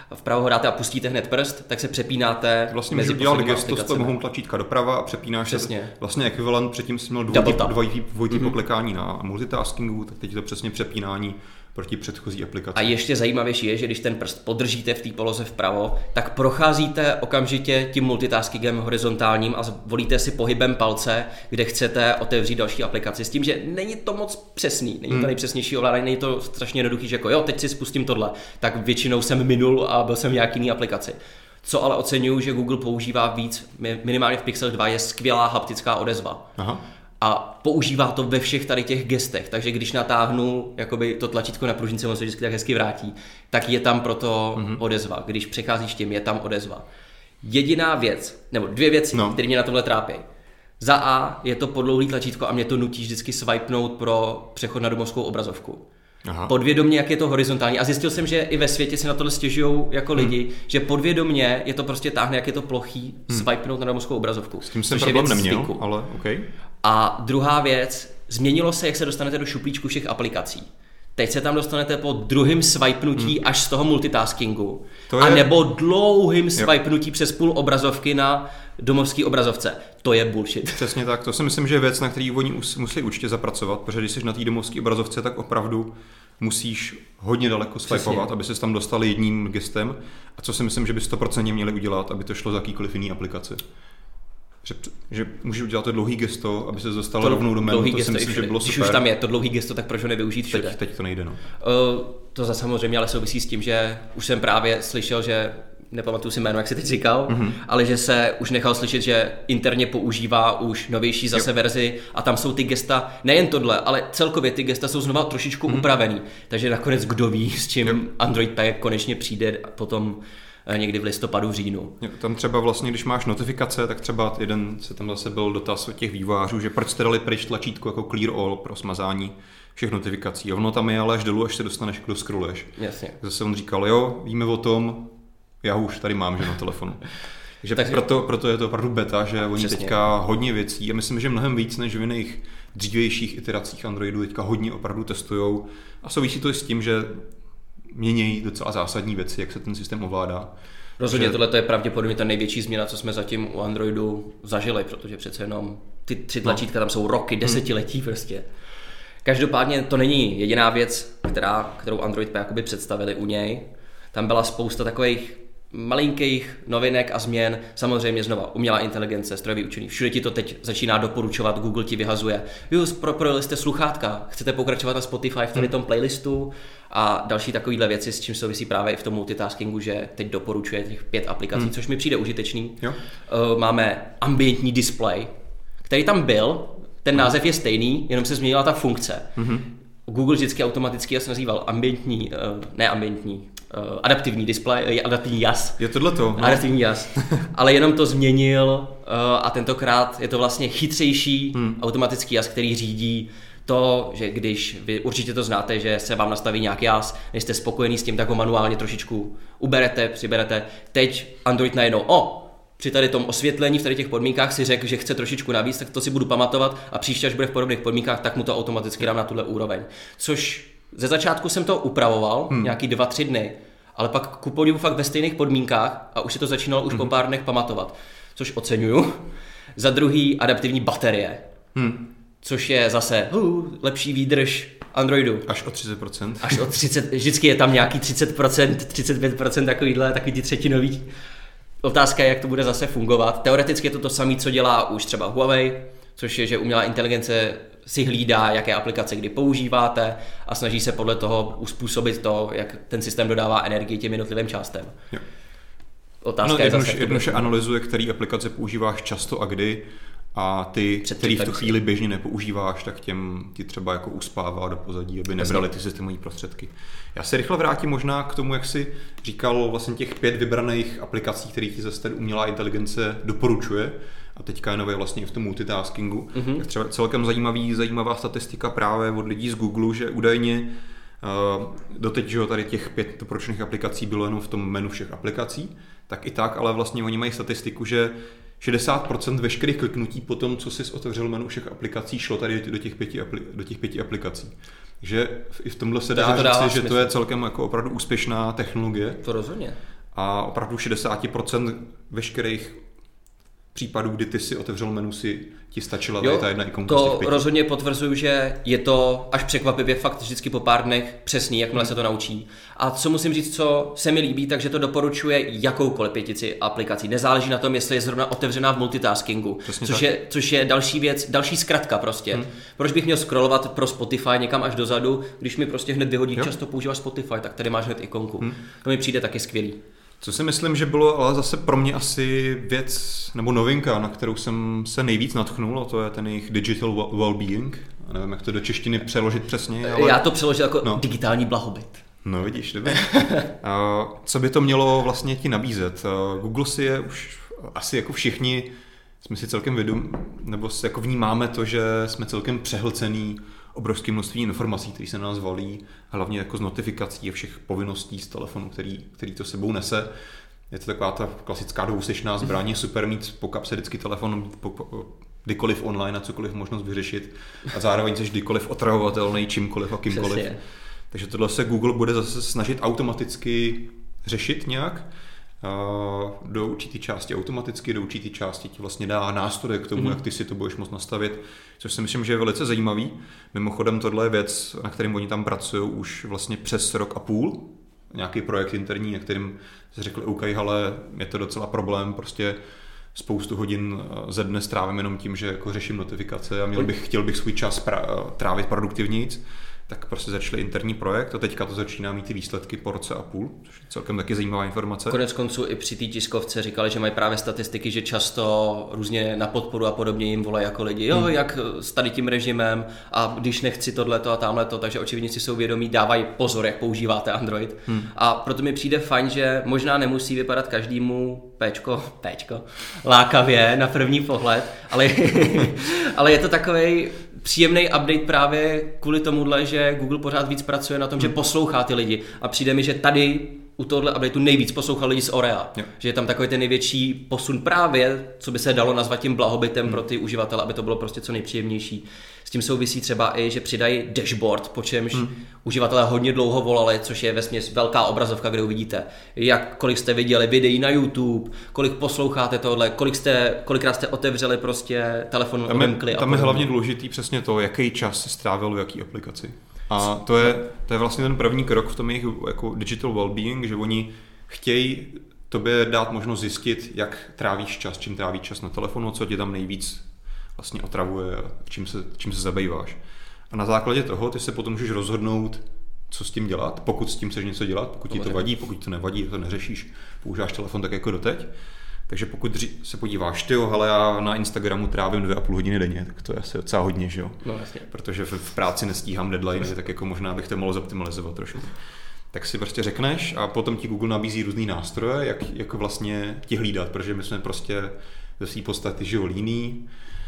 vpravo ho dáte a pustíte hned prst, tak se přepínáte vlastně mezi posledními gesto s toho tlačítka doprava a přepínáš. Přesně. Vlastně ekvivalent, předtím jsi měl dvojitý mm-hmm. poklekání na multitaskingu, tak teď je to přesně přepínání proti předchozí aplikaci. A ještě zajímavější je, že když ten prst podržíte v té poloze vpravo, tak procházíte okamžitě tím multitaskingem horizontálním a volíte si pohybem palce, kde chcete otevřít další aplikaci. S tím, že není to moc přesný, není to hmm. nejpřesnější ovládání, není to strašně jednoduchý, že jako jo, teď si spustím tohle, tak většinou jsem minul a byl jsem v nějaký jiný aplikaci. Co ale oceňuju, že Google používá víc, minimálně v Pixel dva je skvělá haptická odezva. Aha. A používá to ve všech tady těch gestech, takže když natáhnu jakoby to tlačítko na pružnici, on se vždycky tak hezky vrátí, tak je tam proto mm-hmm. odezva. Když přecházíš tím, je tam odezva. Jediná věc, nebo dvě věci, no. které mě na tomhle trápí. Za A je to podlouhlý tlačítko a mě to nutí vždycky swipenout pro přechod na domovskou obrazovku. Aha. Podvědomě, jak je to horizontální. A zjistil jsem, že i ve světě si na tohle stěžují jako hmm. lidi, že podvědomě je to prostě táhne, jak je to plochý, hmm. swipenout na domovskou obrazovku. S tím jsem problém neměl, styku. Ale okay. A druhá věc, změnilo se, jak se dostanete do šuplíčku všech aplikací. Teď se tam dostanete po druhém swipenutí hmm. až z toho multitaskingu. To je... A nebo dlouhým swipenutí přes půl obrazovky na domovské obrazovce. To je bullshit. Přesně tak. To si myslím, že je věc, na který oni musí určitě zapracovat, protože když jsi na té domovské obrazovce, tak opravdu musíš hodně daleko swipovat, aby se tam dostali jedním gestem. A co si myslím, že by sto procent měli udělat, aby to šlo z jakýkoliv jiný aplikace. Že, že můžeš udělat to dlouhý gesto, aby se dostal rovnou do menu, to si myslím, že bylo Když super. už tam je to dlouhý gesto, tak proč ho nevyužít všude? Teď, teď to nejde, no. Uh, to zase samozřejmě ale souvisí s tím, že už jsem právě slyšel, že nepamatuju si jméno, jak jsi teď říkal, mm-hmm. ale že se už nechal slyšet, že interně používá už novější zase jo. verzi a tam jsou ty gesta, nejen tohle, ale celkově ty gesta jsou znova trošičku mm-hmm. upravený. Takže nakonec kdo ví, s čím jo. Android Pie konečně přijde potom někdy v listopadu, v říjnu. Tam třeba vlastně, když máš notifikace, tak třeba jeden se tam zase byl dotaz od těch vývojářů, že proč jste dali pryč tlačítko jako Clear All pro smazání všech notifikací. A ono tam je ale až dolů, až se dostaneš, kdo scrolluješ. Jasně. Zase on říkal, jo, víme o tom, já už tady mám, že na telefonu. Takže tak proto, proto je to opravdu beta, že oni přesně. teďka hodně věcí, a myslím, že mnohem víc než v jiných dřívějších iteracích Androidu teďka hodně opravdu testujou. A souvisí to i s tím, že mění docela zásadní věci, jak se ten systém ovládá. Rozhodně že... tohle je pravděpodobně ta největší změna, co jsme zatím u Androidu zažili, protože přece jenom ty tři tlačítka no. tam jsou roky, desetiletí hmm. prostě. Každopádně to není jediná věc, která, kterou Android Pie jakoby představili u něj. Tam byla spousta takových malinkých novinek a změn, samozřejmě znova umělá inteligence, strojový učení. Všude ti to teď začíná doporučovat, Google ti vyhazuje. Jo, propojili jste sluchátka, chcete pokračovat na Spotify v tady tom playlistu a další takovýhle věci, s čím souvisí právě i v tom multitaskingu, že teď doporučuje těch pět aplikací, hmm. což mi přijde užitečný. Jo. Máme ambientní display, který tam byl, ten název je stejný, jenom se změnila ta funkce. Hmm. Google vždycky automaticky jas nazýval ambientní, ne ambientní, Uh, adaptivní display, adaptivní jas. Je tohleto? No. Adaptivní jas. Ale jenom to změnil uh, a tentokrát je to vlastně chytřejší hmm. automatický jas, který řídí to, že když vy určitě to znáte, že se vám nastaví nějaký jas, nejste spokojený s tím, tak ho manuálně trošičku uberete, přiberete. Teď Android najednou, o, při tady tom osvětlení v tady těch podmínkách si řekl, že chce trošičku navíc, tak to si budu pamatovat a příště, až bude v podobných podmínkách, tak mu to automaticky dám na tuhle úroveň. Což ze začátku jsem to upravoval, hmm. nějaký dva, tři dny, ale pak ku podivu fakt ve stejných podmínkách a už si to začínalo už hmm. po pár dnech pamatovat, což oceňuju. Za druhý adaptivní baterie, hmm. což je zase uh, lepší výdrž Androidu. Až o třicet procent. Až o třicet, vždycky je tam nějaký třicet procent, třicet pět procent takovýhle, takový ty třetinový. Otázka je, jak to bude zase fungovat. Teoreticky je to to samé, co dělá už třeba Huawei, což je, že umělá inteligence si hlídá, jaké aplikace kdy používáte a snaží se podle toho uspůsobit to, jak ten systém dodává energii těm jednotlivým částem. Jo. Otázka no, je zase... Jednoduše analyzuje, který aplikace používáš často a kdy a ty, který v tu chvíli běžně nepoužíváš, tak těm ti třeba jako uspává do pozadí, aby nebrali ty systémové prostředky. Já se rychle vrátím možná k tomu, jak jsi říkal vlastně těch pět vybraných aplikací, kterých ti zase umělá inteligence doporučuje. A teďka je nové vlastně i v tom multitaskingu. Mm-hmm. Tak třeba celkem zajímavý, zajímavá statistika právě od lidí z Google, že údajně uh, doteď, že tady těch pět doporučených aplikací bylo jenom v tom menu všech aplikací, tak i tak, ale vlastně oni mají statistiku, že šedesát procent veškerých kliknutí po tom, co jsi otevřel menu všech aplikací, šlo tady do těch pěti, apli- do těch pěti aplikací. že i v tomhle se dá říci, že to je celkem jako opravdu úspěšná technologie. To rozhodně. a opravdu šedesát procent veškerých případů, kdy ty si otevřel menu, si ti stačila tady ta jedna ikonka z těch pěti. To rozhodně potvrzuju, že je to až překvapivě fakt vždycky po pár dnech přesný, jakmile hmm. se to naučí. A co musím říct, co se mi líbí, takže to doporučuje jakoukoliv pětici aplikací. Nezáleží na tom, jestli je zrovna otevřená v multitaskingu, což je, což je další věc, další zkratka prostě. Hmm. Proč bych měl scrollovat pro Spotify někam až dozadu, když mi prostě hned vyhodí, jo. často používáš Spotify, tak tady máš hned ikonku. Hmm. To mi přijde taky skvělý. Co si myslím, že bylo ale zase pro mě asi věc nebo novinka, na kterou jsem se nejvíc nadchnul, a to je ten jejich digital well-being. A nevím, jak to do češtiny přeložit přesně. Ale... Já to přeložil jako no. digitální blahobyt. No vidíš, dobře. Co by to mělo vlastně ti nabízet? Google si je už asi jako všichni, jsme si celkem vědomí, nebo jako vnímáme to, že jsme celkem přehlcený obrovské množství informací, které se na nás valí, hlavně jako z notifikací a všech povinností z telefonu, který, který to sebou nese. Je to taková ta klasická dvousečná zbraň, je super mít po kapse vždycky telefon, po, po, kdykoliv online a cokoliv možnost vyřešit a zároveň jsi kdykoliv otrhovatelný čímkoliv a kýmkoliv. Přesně. Takže tohle se Google bude zase snažit automaticky řešit nějak. Do určité části automaticky, do určité části ti vlastně dá nástroje k tomu, mm. jak ty si to budeš moct nastavit, což si myslím, že je velice zajímavý. Mimochodem tohle je věc, na kterým oni tam pracují už vlastně přes rok a půl. Nějaký projekt interní, na kterým se řekli, OK, ale je to docela problém, prostě spoustu hodin ze dne strávím jenom tím, že jako řeším notifikace a měl bych, chtěl bych svůj čas pra- trávit produktivnějc. Tak prostě začali interní projekt a teďka to začíná mít ty výsledky po roce a půl, což je celkem taky zajímavá informace. Konec konců i při té tiskovce říkali, že mají právě statistiky, že často různě na podporu a podobně jim volají jako lidi, jo, hmm. jak s tady tím režimem a když nechci tohleto a tamhleto, takže očividně si jsou vědomí, dávají pozor, jak používáte Android. Hmm. A proto mi přijde fajn, že možná nemusí vypadat každému péčko, péčko, lákavě na první pohled, ale, ale je to takovej příjemný update právě kvůli tomuhle, že Google pořád víc pracuje na tom, hmm. že poslouchá ty lidi a přijde mi, že tady u tohohle updateu nejvíc poslouchal lidi z Orea, jo. že je tam takový ten největší posun právě, co by se dalo nazvat tím blahobytem hmm. pro ty uživatele, aby to bylo prostě co nejpříjemnější. S tím souvisí třeba i, že přidají dashboard, po čemž hmm. uživatelé hodně dlouho volali, což je vesměs velká obrazovka, kde uvidíte, jak, kolik jste viděli videí na YouTube, kolik posloucháte tohle, kolik jste, kolikrát jste otevřeli prostě telefon, odemkli. Tam je hlavně důležitý přesně to, jaký čas strávil v jaký aplikaci. A to je, to je vlastně ten první krok v tom jejich jako digital well-being, že oni chtějí tobě dát možnost zjistit, jak trávíš čas, čím trávíš čas na telefonu, co tě tam nejvíc vlastně otravuje a čím se, čím se zabýváš. A na základě toho ty se potom můžeš rozhodnout, co s tím dělat, pokud s tím chceš něco dělat, pokud ti to vadí, pokud ti to nevadí, to neřešíš, používáš telefon tak jako doteď. Takže pokud se podíváš, ty jo, hele, já na Instagramu trávím dvě a půl hodiny denně, tak to je asi docela hodně, že jo? No, jasně. Protože v, v práci nestíhám deadline, tak jako možná bych to mohl zoptimalizovat trošku. Tak si prostě řekneš a potom ti Google nabízí různý nástroje, jak, jak vlastně ti hlídat, protože my jsme prostě ze své podstaty živo líní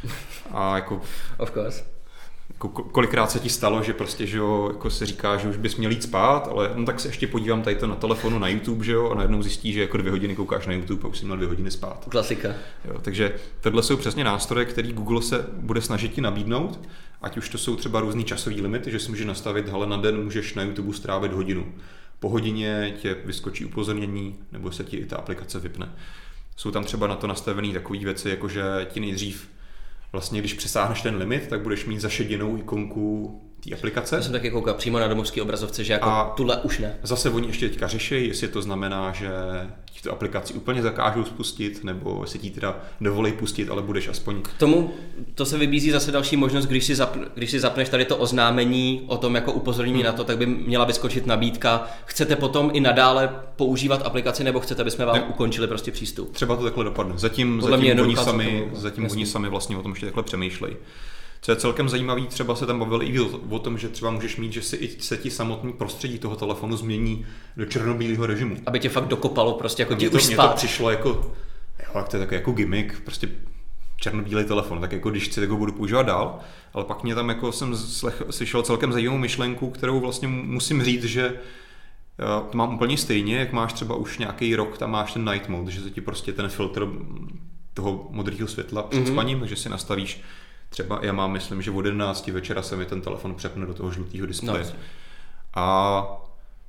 a jako... Of course. Jako kolikrát se ti stalo, že prostě, že jo, jako se říká, že už bys měl jít spát, ale no tak se ještě podívám tady to na telefonu, na YouTube, že jo, a najednou zjistí, že jako dvě hodiny koukáš na YouTube a už jsi měl dvě hodiny spát. Klasika. Jo, takže tohle jsou přesně nástroje, který Google se bude snažit ti nabídnout, ať už to jsou třeba různý časový limity, že si může nastavit, hele, na den můžeš na YouTube strávit hodinu. Po hodině tě vyskočí upozornění, nebo se ti i ta aplikace vypne. Jsou tam třeba na to nastavené takové věci, jako že ti nejdřív vlastně, když přesáhneš ten limit, tak budeš mít zašedinou ikonku té aplikace. Já jsem taky koukal přímo na domovské obrazovce, že jako a tuhle už ne. Zase oni ještě teďka řeší, jestli to znamená, že ti tu aplikaci úplně zakážou spustit, nebo jestli ti teda dovolí pustit, ale budeš aspoň... K tomu to se vybízí zase další možnost, když si, zapn, když si zapneš tady to oznámení o tom jako upozornění hmm. na to, tak by měla vyskočit nabídka. Chcete potom i nadále používat aplikaci, nebo chcete, aby jsme vám ne. ukončili prostě přístup? Třeba to takhle dopadne. Zatím, zatím, oni sami, zatím oni sami vlastně o tom ještě takhle přemýšlejí. Co je celkem zajímavý, třeba se tam bavili i o tom, že třeba můžeš mít, že si, se ti samotný prostředí toho telefonu změní do černobílého režimu. Aby tě fakt dokopalo prostě jako ti už spát. Mně to přišlo jako, jo, to je takový jako gimmick, prostě černobílý telefon, tak jako když chci, tak ho budu používat dál, ale pak mě tam jako jsem slech, slyšel celkem zajímavou myšlenku, kterou vlastně musím říct, že to mám úplně stejně, jak máš třeba už nějaký rok, tam máš ten night mode, že se ti prostě ten filtr toho modrého světla před mm-hmm. spaním, takže si nastavíš. Třeba já mám, myslím, že od jedenácti večera se mi ten telefon přepne do toho žlutého displeje. No. A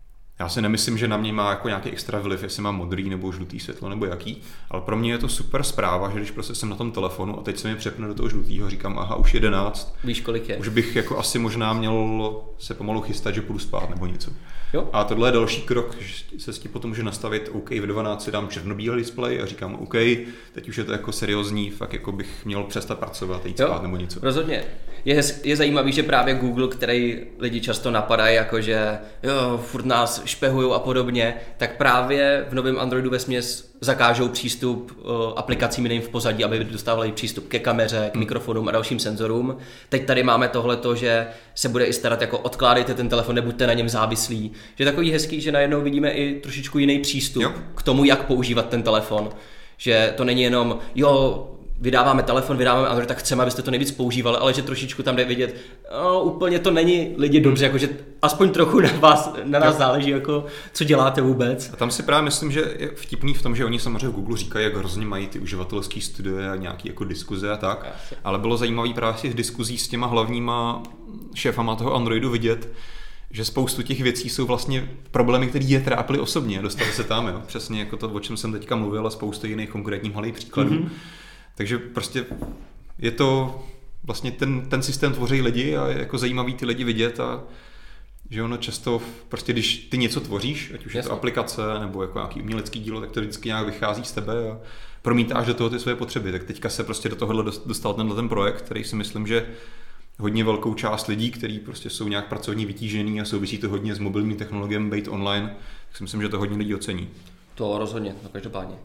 Já si nemyslím, že na mě má jako nějaký extra vliv, jestli má modrý nebo žlutý světlo nebo jaký, ale pro mě je to super zpráva, že když prostě jsem na tom telefonu a teď se mi přepne do toho žlutýho, říkám, aha, už jedenáct. Víš, kolik je? Už bych jako asi možná měl se pomalu chystat, že půjdu spát nebo něco. Jo? A tohle je další krok, že se s tím potom může nastavit, OK, v dvanáct si dám černobílý displej a říkám, OK, teď už je to jako seriózní, fakt jako bych měl přestat pracovat, jít spát nebo něco. Rozhodně. Je, je zajímavý, že právě Google, který lidi často napadají, jakože jo, furt nás špehujou a podobně, tak právě v novém Androidu vesměs zakážou přístup uh, aplikacím jiným v pozadí, aby dostávali přístup ke kameře, k mikrofonům a dalším senzorům. Teď tady máme tohleto, že se bude i starat jako odkládejte ten telefon, nebuďte na něm závislí. Že je takový hezký, že najednou vidíme i trošičku jiný přístup jo. k tomu, jak používat ten telefon. Že to není jenom, jo, vydáváme telefon, vydáváme Android, tak chceme, abyste to nejvíc používali, ale že trošičku tam jde vidět, no, úplně to není lidi dobře, jakože aspoň trochu na vás, na nás záleží, jako, co děláte vůbec. A tam si právě myslím, že je vtipný v tom, že oni samozřejmě v Google říkají, jak hrozně mají ty uživatelský studie a nějaký jako diskuze a tak, ale bylo zajímavý právě těch diskuzí s těma hlavníma šéfama toho Androidu vidět, že spoustu těch věcí jsou vlastně problémy, které je trápily osobně, dostali se tam, jo. Přesně jako to, o čem jsem teďka mluvil, a spoustu jiných konkrétních malých příkladů. Mm-hmm. Takže prostě je to vlastně ten, ten systém tvoří lidi a je jako zajímavý ty lidi vidět a že ono často prostě když ty něco tvoříš, ať už Jasně. je to aplikace nebo jako nějaký umělecký dílo, tak to vždycky nějak vychází z tebe a promítáš do toho ty své potřeby. Tak teďka se prostě do tohohle dostal tenhle ten projekt, který si myslím, že hodně velkou část lidí, kteří prostě jsou nějak pracovně vytížený a souvisí to hodně s mobilní technologiemi, být online, tak si myslím, že to hodně lidí ocení. To rozhodně, no každopádně.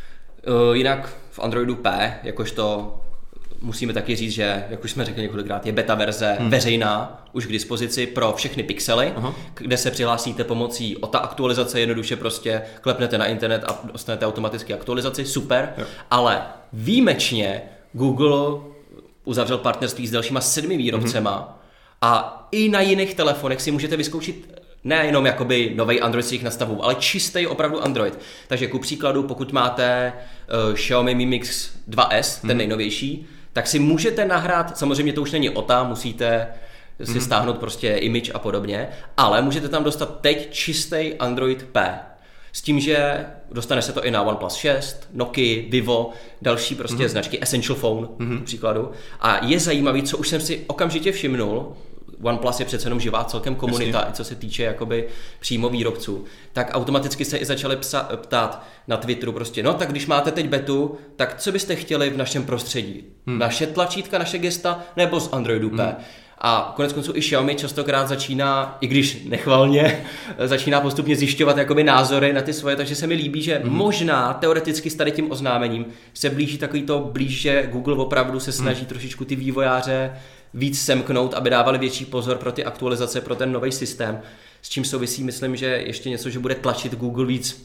Jinak v Androidu P, jakožto musíme taky říct, že, jak už jsme řekli několikrát, je beta verze hmm. veřejná, už k dispozici pro všechny pixely, Aha. kde se přihlásíte pomocí O T A aktualizace, jednoduše prostě klepnete na internet a dostanete automaticky aktualizaci, super, jo. ale výjimečně Google uzavřel partnerství s dalšíma sedmi výrobcema hmm. a i na jiných telefonech si můžete vyzkoušet nejenom jakoby nový Android s jejich nastavou, ale čistý opravdu Android. Takže ku příkladu, pokud máte uh, Xiaomi Mi Mix dva S, ten hmm. nejnovější, tak si můžete nahrát, samozřejmě to už není O T A, musíte si hmm. stáhnout prostě image a podobně, ale můžete tam dostat teď čistý Android P. S tím, že dostane se to i na OnePlus šest, Nokia, Vivo, další prostě hmm. značky, Essential Phone, hmm. ku příkladu. A je zajímavý, co už jsem si okamžitě všimnul, OnePlus je přece jenom živá celkem komunita, Jasně. i co se týče jakoby přímo výrobců, tak automaticky se i začali psa, ptát na Twitteru prostě, no tak když máte teď betu, tak co byste chtěli v našem prostředí? Hmm. Naše tlačítka, naše gesta, nebo z Androidu P? Hmm. A konec konců i Xiaomi častokrát začíná, i když nechvalně, začíná postupně zjišťovat jakoby názory na ty svoje, takže se mi líbí, že hmm. možná teoreticky s tady tím oznámením se blíží takový to blíž, že Google opravdu se snaží hmm. trošičku ty vývojáře víc semknout, aby dávali větší pozor pro ty aktualizace, pro ten nový systém. S čím souvisí, myslím, že ještě něco, že bude tlačit Google víc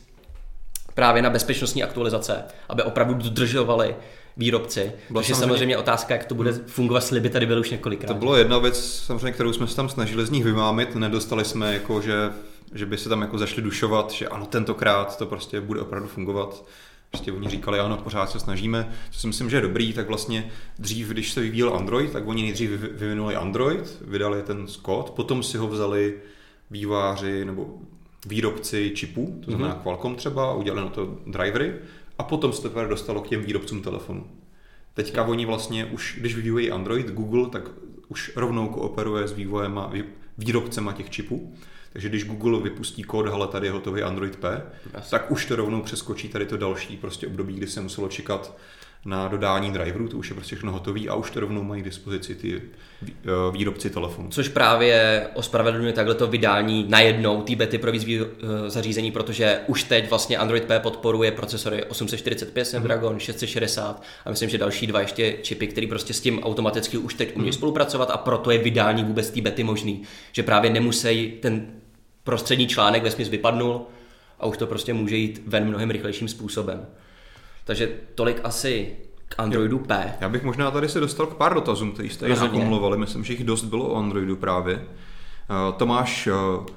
právě na bezpečnostní aktualizace, aby opravdu dodržovali výrobci. Což je samozřejmě otázka, jak to bude fungovat, sliby tady byly už několikrát. To bylo jedna věc, samozřejmě, kterou jsme se tam snažili z nich vymámit, nedostali jsme jako, že, že by se tam jako zašli dušovat, že ano, tentokrát to prostě bude opravdu fungovat. Prostě oni říkali, ano, pořád se snažíme, co si myslím, že je dobrý, tak vlastně dřív, když se vyvíjel Android, tak oni nejdřív vyvinuli Android, vydali ten kód, potom si ho vzali vývojáři nebo výrobci čipů, to znamená mm-hmm. Qualcomm třeba, udělali na to drivery a potom se teprve dostalo k těm výrobcům telefonu. Teďka oni vlastně už, když vyvíjí Android, Google, tak už rovnou kooperuje s vývojem a výrobcema těch čipů. Takže když Google vypustí kód, hele, tady je hotový Android P, yes. tak už to rovnou přeskočí tady to další prostě období, kdy se muselo čekat na dodání driverů, to už je prostě všechno hotový a už to rovnou mají k dispozici ty výrobci telefonů. Což právě ospravedlňuje takhleto vydání najednou té bety pro víc zařízení, protože už teď vlastně Android P podporuje procesory osm set čtyřicet pět Snapdragon, mm-hmm. šest set šedesát a myslím, že další dva ještě čipy, které prostě s tím automaticky už teď umí mm-hmm. spolupracovat a proto je vydání vůbec té bety možný, že právě nemusí ten prostřední článek vesměs vypadnul a už to prostě může jít ven mnohem rychlejším způsobem. Takže tolik asi k Androidu P. Já bych možná tady se dostal k pár dotazům, který jste nakumulovali. Myslím, že jich dost bylo o Androidu právě. Uh, Tomáš, uh,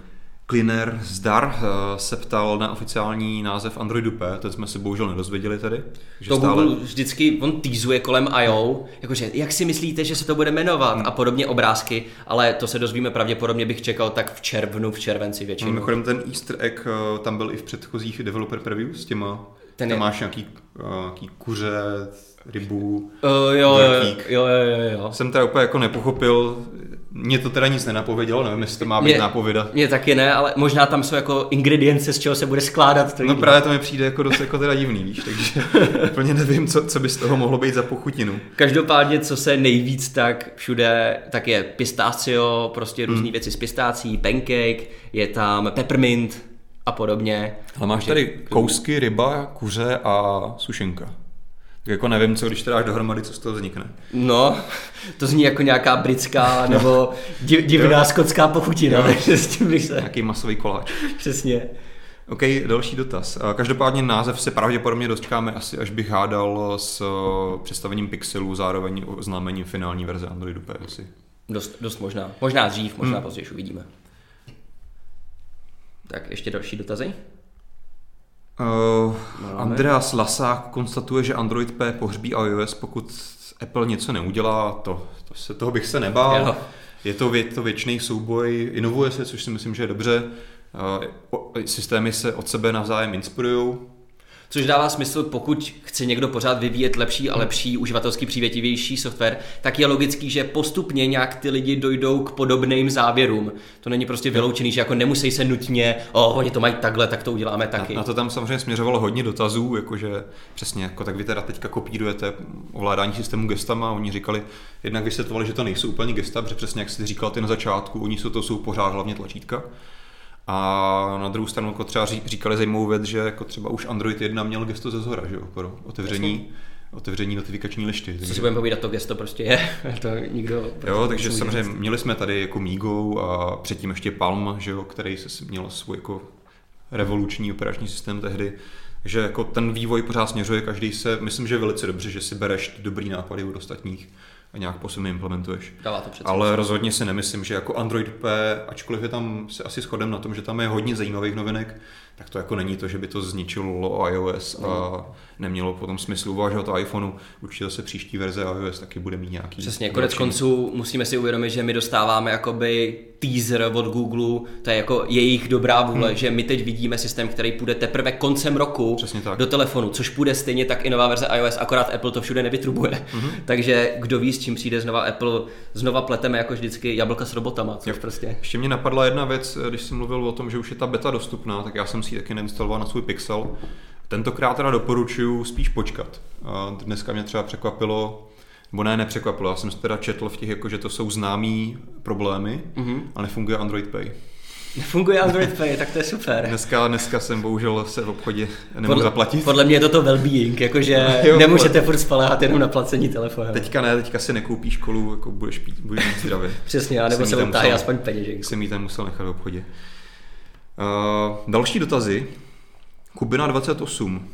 Cleaner Zdar se ptal na oficiální název Androidu P, teď jsme se bohužel nedozvěděli tady. Že to stále... Google vždycky, on teasuje kolem I O, jakože jak si myslíte, že se to bude jmenovat hmm. a podobně obrázky, ale to se dozvíme pravděpodobně bych čekal tak v červnu, v červenci většinou. Mimochodem ten easter egg tam byl i v předchozích developer previews s těma, ten tam je... máš nějaký, nějaký kuře, rybu, uh, jo, jo, jo, jo, jo. Jsem teda úplně jako nepochopil, mě to teda nic nenapovědělo, nevím, jestli to má být mě, nápověda. Mně taky ne, ale možná tam jsou jako ingredience, z čeho se bude skládat. To no jídlo. Právě to mi přijde jako dost jako teda divný, víš, takže úplně nevím, co, co by z toho mohlo být za pochutinu. Každopádně, co se nejvíc tak všude, tak je pistácio, prostě různý hmm. věci z pistácí, pancake, je tam peppermint a podobně. Ale máš tady kousky, ryba, kuře a sušenka. Tak jako nevím, co když to dáš dohromady, co z toho vznikne. No, to zní jako nějaká britská nebo div, divná skotská pochutina. Nějaký masový koláč. Přesně. OK, další dotaz. Každopádně název se pravděpodobně dočkáme asi, až bych hádal s představením Pixelu, zároveň oznámením finální verze Androidu P. Asi. Dost, dost možná. Možná dřív, možná hmm. později uvidíme. Tak ještě další dotazy? Uh, Andreas Lasák konstatuje, že Android P pohřbí iOS, pokud Apple něco neudělá, to, to se, toho bych se nebál. Jo. Je to, vě, to věčný souboj, inovuje se, což si myslím, že je dobře. Uh, systémy se od sebe navzájem inspirují. Což dává smysl, pokud chce někdo pořád vyvíjet lepší a lepší, uživatelsky přívětivější software, tak je logický, že postupně nějak ty lidi dojdou k podobným závěrům. To není prostě vyloučený, že jako nemusí se nutně, oh, oni to mají takhle, tak to uděláme taky. Na, na to tam samozřejmě směřovalo hodně dotazů, jakože přesně, jako tak vy teda teďka kopírujete ovládání systému gestama, oni říkali, jednak vysvětlovali, že to nejsou úplně gesta, protože přesně jak jsi říkal ty na začátku, oni jsou to jsou pořád hlavně tlačítka. A na druhou stranu jako třeba říkali zajímavou věc, že jako třeba už Android jedna měl gesto ze zhora, že jo, pro otevření, otevření notifikační lišty. Co takže... si budeme povídat, to gesto prostě je, to nikdo... Prostě jo, takže samozřejmě gesto. Měli jsme tady jako Migo a předtím ještě Palm, že jo, který se měl svůj jako revoluční operační systém tehdy, že jako ten vývoj pořád směřuje, každý se, myslím, že je velice dobře, že si bereš dobrý nápady od ostatních a nějak postupně implementuješ. Dává to přece. Ale rozhodně si nemyslím, že jako Android P, ačkoliv je tam se asi shodem na tom, že tam je hodně zajímavých novinek, tak to jako není to, že by to zničilo iOS a nemělo potom smysl uvažovat o iPhoneu. Určitě se příští verze iOS taky bude mít nějaký... Přesně, konec konců musíme si uvědomit, že my dostáváme jakoby teaser od Google, to je jako jejich dobrá vůle, hmm. že my teď vidíme systém, který půjde teprve koncem roku do telefonu, což půjde stejně tak i nová verze iOS, akorát Apple to všude nevytrubuje. Hmm. Takže kdo ví, s čím přijde znova Apple, znova pleteme jako vždycky jablka s robotama, což jo. Prostě... Ještě mě napadla jedna věc, když jsem mluvil o tom, že už je ta beta dostupná, tak já jsem si ji taky neinstaloval na svůj Pixel. Tentokrát teda doporučuji spíš počkat. Dneska mě třeba překvapilo, nebo ne, nepřekvapilo, já jsem se teda četl v těch, jako, že to jsou známý problémy mm-hmm. a nefunguje Android Pay. Nefunguje Android Pay, tak to je super. Dneska, dneska jsem bohužel se v obchodě nemohl podle, zaplatit. Podle mě je to to well-being, jakože jo, nemůžete furt spoléhat jenom na placení telefonu. Teďka ne, teďka si nekoupíš školu, jako budeš pít, budeš mít zdravě. Přesně, anebo se utáhí aspoň peněženku. Jsem jí tam musel nechat v obchodě. Uh, další dotazy. Kubina dvacet osm.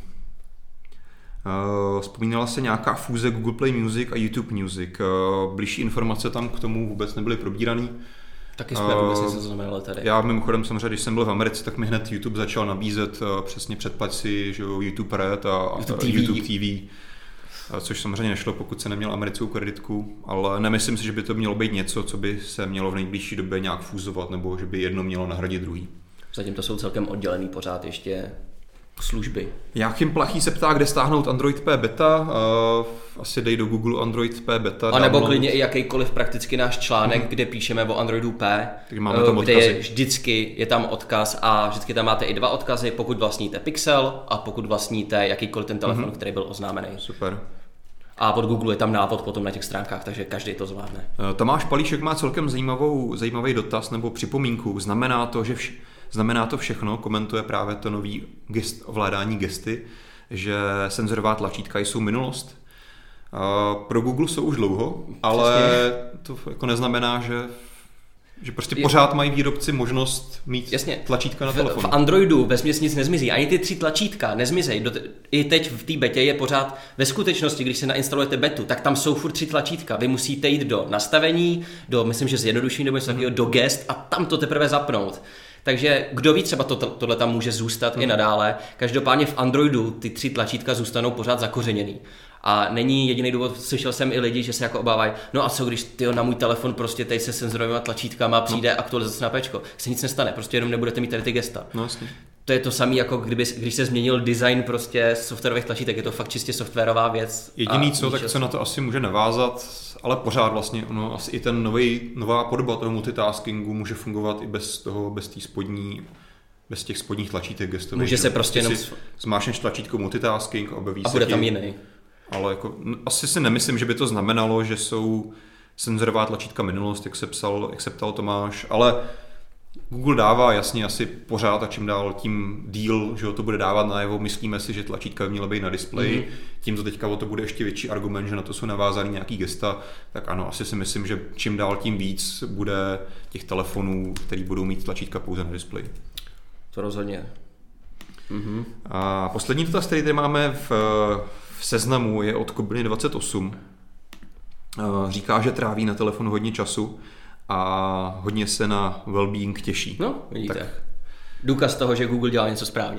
Uh, vzpomínala se nějaká fúze Google Play Music a YouTube Music. Uh, blížší informace tam k tomu vůbec nebyly probíraný. Taky jsme vůbec něco znamenali tady. Já mimochodem samozřejmě, když jsem byl v Americe, tak mi hned YouTube začal nabízet uh, přesně předplať si, že YouTube Red a YouTube T V. YouTube T V. Což samozřejmě nešlo, pokud se neměl americkou kreditku, ale nemyslím si, že by to mělo být něco, co by se mělo v nejbližší době nějak fúzovat, nebo že by jedno mělo nahradit druhý. Zatím to jsou celkem oddělený pořád ještě služby. Jáchym Plachý se ptá, kde stáhnout Android P beta. Uh, asi dej do Google Android P beta. A nebo klidně i jakýkoliv prakticky náš článek, mm. kde píšeme o Androidu P, máme tam kde je vždycky je tam odkaz a vždycky tam máte i dva odkazy, pokud vlastníte Pixel a pokud vlastníte jakýkoliv ten telefon, mm. který byl oznámený. Super. A od Google je tam návod potom na těch stránkách, takže každý to zvládne. Tomáš Palíšek má celkem zajímavou, zajímavý dotaz nebo připomínku. Znamená to, že vš- znamená to všechno, komentuje právě to nový gest, ovládání gesty, že senzorová tlačítka jsou minulost. Pro Google jsou už dlouho, ale to jako neznamená, že Že prostě pořád mají výrobci možnost mít Jasně. tlačítka na telefonu. V Androidu vesměs nic nezmizí, ani ty tři tlačítka nezmizejí. I teď v té betě je pořád ve skutečnosti, když si nainstalujete betu, tak tam jsou furt tři tlačítka. Vy musíte jít do nastavení, do, myslím, že zjednodušení nebo něco takového, do gest a tam to teprve zapnout. Takže kdo ví, třeba to, tohle tam může zůstat hmm. i nadále. Každopádně v Androidu ty tři tlačítka zůstanou pořád zakořeněný. A není jediný důvod, slyšel jsem i lidi, že se jako obávají, no a co když tyjo, na můj telefon prostě tady se senzorovými tlačítkama přijde no. aktualizace na péčko. Se nic nestane, prostě jenom nebudete mít tady ty gesta. No, jasně. To je to samé, jako kdyby, když se změnil design prostě softwarových tlačítek, je to fakt čistě softwarová věc. Jediný co, tak co na to asi může navázat, ale pořád vlastně ono, asi i ten nový, nová podoba toho multitaskingu může fungovat i bez toho, bez té spodní, bez těch spodních tlačítek gestových. Může se prostě jenom... Zmášneš tlačítko multitasking a objeví a se bude ti, tam jiný. Ale jako, asi si nemyslím, že by to znamenalo, že jsou senzorová tlačítka minulost, jak se psal, jak se ptal Tomáš, ale Google dává jasně asi pořád a čím dál tím díl, že to bude dávat najevo. Myslíme si, že tlačítka by měla být na displeji. Mm-hmm. Tím to teďka o to bude ještě větší argument, že na to jsou navázaný nějaký gesta. Tak ano, asi si myslím, že čím dál tím víc bude těch telefonů, který budou mít tlačítka pouze na displeji. To rozhodně. Mm-hmm. A poslední dotaz, který tady máme v, v seznamu, je od Kobiny dvacet osm. Říká, že tráví na telefonu hodně času a hodně se na well-being těší. No, vidíte. Tak. Důkaz toho, že Google dělá něco správně.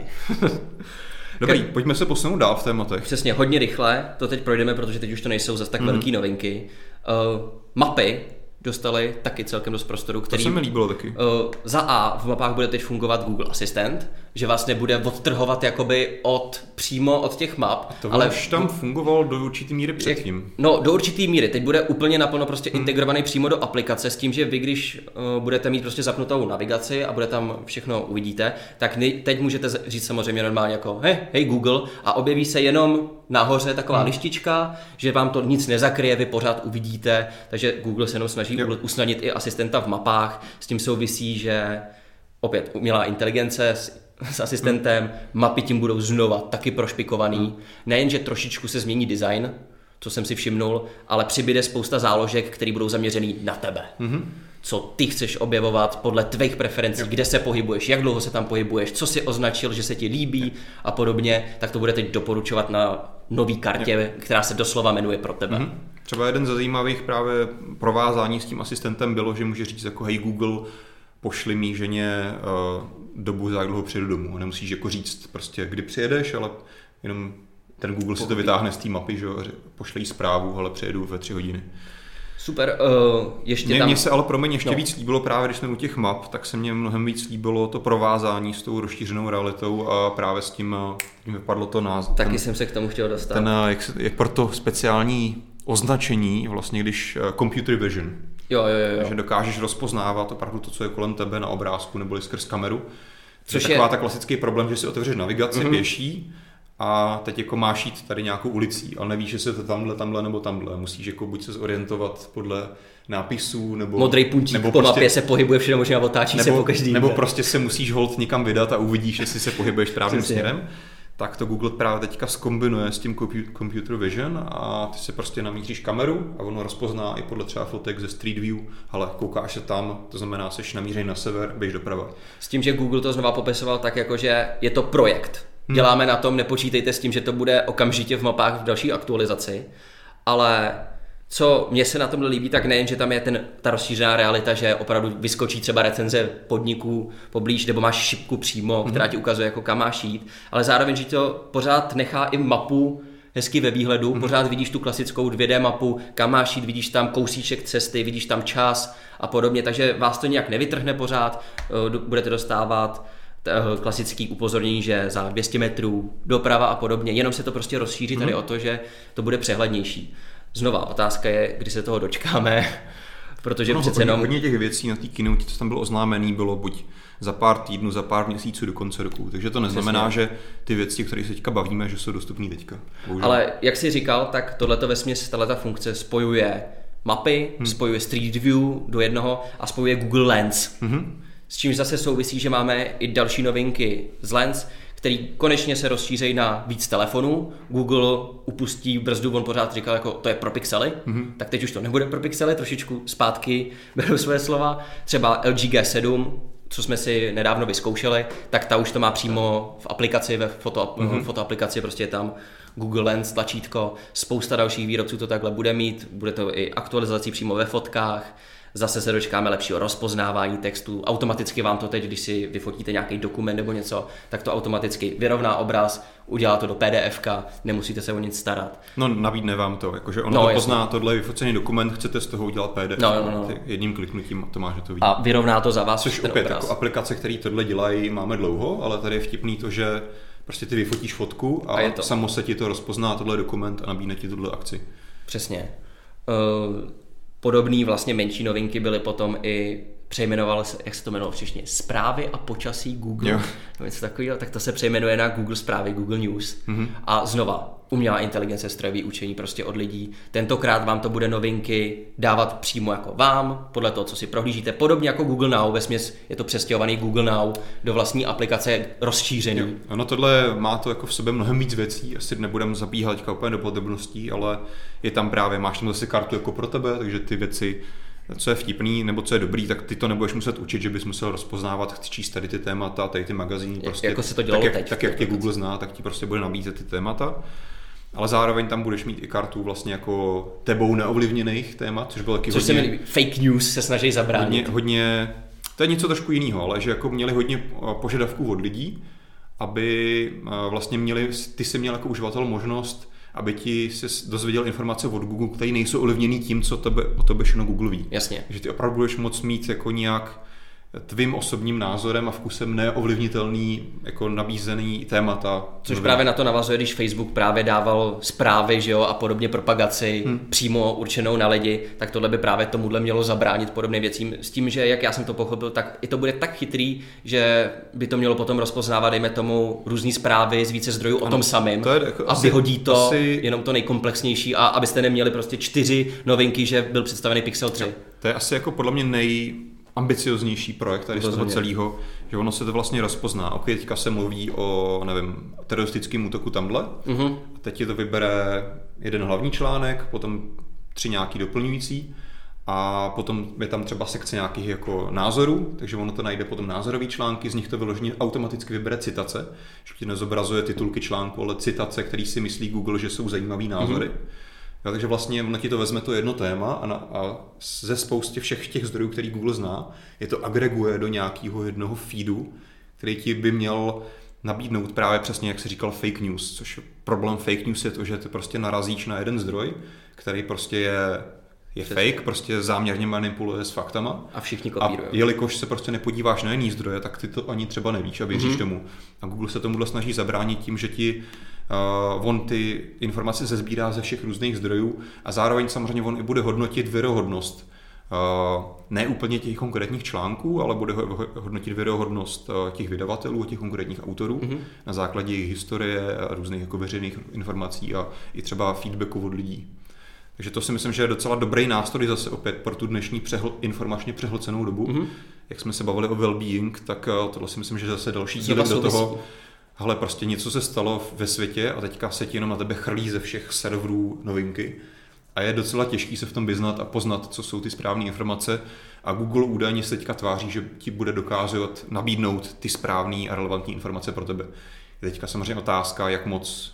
Dobrý, Ke... pojďme se posunout dál v tématech. Přesně, hodně rychle, to teď projdeme, protože teď už to nejsou zase tak mm. velký novinky. Uh, mapy dostali taky celkem dost prostoru, který... To se mi líbilo taky. Uh, za A v mapách bude teď fungovat Google Assistant, že vás nebude odtrhovat jakoby od, přímo od těch map. A to ale už tam fungoval do určitý míry předtím. No, do určitý míry. Teď bude úplně naplno prostě hmm. integrovaný přímo do aplikace s tím, že vy, když uh, budete mít prostě zapnutou navigaci a bude tam všechno uvidíte, tak ne, teď můžete říct samozřejmě normálně jako hej, hej Google a objeví se jenom nahoře taková hmm. lištička, že vám to nic nezakryje, vy pořád uvidíte, takže Google se jenom snaží jo. usnadnit i asistenta v mapách. S tím souvisí, že opět umělá inteligence s, s asistentem, hmm. mapy tím budou znova taky prošpikovaný. Hmm. Nejen, že trošičku se změní design, co jsem si všimnul, ale přibyde spousta záložek, které budou zaměřený na tebe. Hmm. Co ty chceš objevovat podle tvých preferencí, jo. kde se pohybuješ, jak dlouho se tam pohybuješ, co si označil, že se ti líbí a podobně, tak to bude teď doporučovat na nový kartě, jo. která se doslova jmenuje pro tebe. Hmm. Třeba jeden ze zajímavých právě provázání s tím asistentem bylo, že může říct jako hej Google, pošli mý ženě uh, dobu, za jak dlouho přijedu domů. Nemusíš jako říct prostě, kdy přijedeš, ale jenom ten Google si to vytáhne z té mapy, že pošle jí zprávu, ale přijedu ve tři hodiny. Super, uh, ještě mě, tam... Mně se ale pro mě ještě no. víc líbilo právě, když jsme u těch map, tak se mně mnohem víc líbilo to provázání s tou rozšířenou realitou a právě s tím, tím vypadlo to název. Taky ten, jsem se k tomu chtěl dostat. Ten, jak, jak proto speciální označení, vlastně když uh, computer vision. Jo, jo, jo. Že dokážeš rozpoznávat opravdu to, co je kolem tebe na obrázku nebo skrz kameru. Což je taková ta klasický problém, že si otevřeš navigaci mm-hmm. pěší a teď jako máš jít tady nějakou ulicí, ale nevíš, jestli je to tamhle, tamhle nebo tamhle. Musíš jako buď se zorientovat podle nápisů, nebo... Modrý puntík nebo po prostě, mapě se pohybuje všude možná, otáčí nebo, se po každý. Nebo prostě se musíš holt někam vydat a uvidíš, jestli se pohybuješ správným směrem. Tak to Google právě teďka zkombinuje s tím computer vision a ty si prostě namíříš kameru a ono rozpozná i podle třeba fotek ze Street View, ale koukáš se tam, to znamená, seš namířený na sever, běž doprava. S tím, že Google to znova popisoval tak, jako že je to projekt. Hmm. Děláme na tom, nepočítejte s tím, že to bude okamžitě v mapách v další aktualizaci, ale co mně se na tomhle líbí, tak nejen, že tam je ten, ta rozšířená realita, že opravdu vyskočí třeba recenze podniků poblíž, nebo máš šipku přímo, hmm. která ti ukazuje, jako kam máš jít, ale zároveň, že to pořád nechá i mapu hezky ve výhledu, hmm. pořád vidíš tu klasickou dvě dé mapu, kam máš jít, vidíš tam kousíček cesty, vidíš tam čas a podobně, takže vás to nějak nevytrhne pořád, budete dostávat klasický upozornění, že za dvě stě metrů doprava a podobně, jenom se to prostě rozšíří tady hmm. o to, že to bude přehlednější. Znova, otázka je, kdy se toho dočkáme, protože no, přece jenom... Hodně těch věcí na té keynote, co tam bylo oznámený, bylo buď za pár týdnů, za pár měsíců do konce roku, takže to neznamená, Přesně. že ty věci, o kterých se teďka bavíme, že jsou dostupné teďka. Bohužel. Ale jak jsi říkal, tak tohleto vesměs, tato funkce spojuje mapy, hmm. spojuje Street View do jednoho a spojuje Google Lens. Hmm. S čímž zase souvisí, že máme i další novinky z Lens, který konečně se rozšíří na víc telefonů. Google upustí brzdu, on pořád říkal, jako to je pro pixely, mm-hmm. tak teď už to nebude pro pixely, trošičku zpátky beru své slova. Třeba L G G sedm, co jsme si nedávno vyzkoušeli, tak ta už to má přímo v aplikaci, ve foto, mm-hmm. fotoaplikaci, prostě je tam Google Lens, tlačítko, spousta dalších výrobců to takhle bude mít, bude to i aktualizací přímo ve fotkách. zase se dočkáme lepšího rozpoznávání textu. Automaticky vám to teď, když si vyfotíte nějaký dokument nebo něco, tak to automaticky vyrovná obraz, udělá to do P D F ka, nemusíte se o nic starat. No nabídne vám to, jakože ono no, to pozná, tohle je vyfocený dokument, chcete z toho udělat P D F, no, no, no. jedním kliknutím to máš, že to vidí. A vyrovná to za vás. Což ten opět obraz. jako aplikace, které tohle dělají, máme dlouho, ale tady je vtipný to, že prostě ty vyfotíš fotku a, a samo se ti to rozpozná, tohle dokument a nabídne ti tuhle akci. Přesně. Uh, podobný vlastně menší novinky byly potom i přejmenoval se, jak se to jmenovalo v češtině, zprávy a počasí Google. Jo. Něco takového, tak to se přejmenuje na Google zprávy, Google News. Mm-hmm. A znova, umělá inteligence, strojové učení prostě od lidí. Tentokrát vám to bude novinky dávat přímo jako vám, podle toho, co si prohlížíte. Podobně jako Google Now, vesměs je to přestěhovaný Google Now do vlastní aplikace rozšířený. Jo. Ano, tohle má to jako v sobě mnohem víc věcí, asi nebudeme zabíhat úplně do podrobností, ale je tam právě, máš tam zase kartu jako pro tebe, takže ty věci, co je vtipný, nebo co je dobrý, tak ty to nebudeš muset učit, že bys musel rozpoznávat, číst tady ty témata, tady ty magazíny. Prostě, jako se to dělalo tak, jak, teď. Tak jak tě Google zná, tak ti prostě bude nabízet ty témata. Ale zároveň tam budeš mít i kartu vlastně jako tebou neovlivněných témat, což bylo taky což hodně... se mi fake news se snaží zabránit. Hodně, hodně, to je něco trošku jiného, ale že jako měli hodně požadavků od lidí, aby vlastně měli, ty si měl jako uživatel možnost, aby ti se dozvěděl informace od Google, které nejsou ovlivněný tím, co tebe, o tobě všechno Google ví. Jasně. Že ty opravdu budeš moct mít jako nějak tvým osobním názorem a vkusem neovlivnitelný, jako nabízený témata. Což právě na to navazuje, když Facebook právě dával zprávy, že jo, a podobně propagaci hmm. přímo určenou na lidi, tak tohle by právě tomuhle mělo zabránit podobným věcím. S tím, že jak já jsem to pochopil, tak i to bude tak chytrý, že by to mělo potom rozpoznávat, dejme tomu, různý zprávy z více zdrojů ano, o tom samým to je, jako, a asi, vyhodí to asi... jenom to nejkomplexnější a abyste neměli prostě čtyři novinky, že byl představený Pixel tři. To je asi jako podle mě nej ambicioznější projekt tady z toho celého, že ono se to vlastně rozpozná. Ok, teďka se mluví o, nevím, teroristickém útoku tamhle, uh-huh. a teď ti to vybere jeden hlavní článek, potom tři nějaký doplňující a potom je tam třeba sekce nějakých jako názorů, takže ono to najde potom názorový články, z nich to vyloženě automaticky vybere citace, že ti nezobrazuje titulky článku, ale citace, který si myslí Google, že jsou zajímavý názory. Uh-huh. Ja, takže vlastně ono ti to vezme to jedno téma a, na, a ze spoustě všech těch zdrojů, který Google zná, je to agreguje do nějakého jednoho feedu, který ti by měl nabídnout právě přesně, jak se říkal, fake news, což problém fake news je to, že ty prostě narazíš na jeden zdroj, který prostě je, je fake, prostě záměrně manipuluje s faktama. A všichni kopírují. A jelikož se prostě nepodíváš na jiný zdroje, tak ty to ani třeba nevíš a věříš mm-hmm. tomu. A Google se tomuhle snaží zabránit tím, že ti Uh, on ty informace se sbírá ze všech různých zdrojů a zároveň samozřejmě on i bude hodnotit věrohodnost. Uh, ne úplně těch konkrétních článků, ale bude hodnotit věrohodnost uh, těch vydavatelů a těch konkrétních autorů mm-hmm. na základě jejich historie a různých jako veřejných informací a i třeba feedbacku od lidí. Takže to si myslím, že je docela dobrý nástroj zase opět pro tu dnešní přehl- informačně přehlcenou dobu. Mm-hmm. Jak jsme se bavili o well-being, tak uh, tohle si myslím, že zase další dílek do toho. Hele, prostě něco se stalo ve světě a teďka se ti jenom na tebe chrlí ze všech serverů novinky a je docela těžký se v tom vyznat a poznat, co jsou ty správné informace a Google údajně se teďka tváří, že ti bude dokázat nabídnout ty správné a relevantní informace pro tebe. Je teďka samozřejmě otázka, jak moc,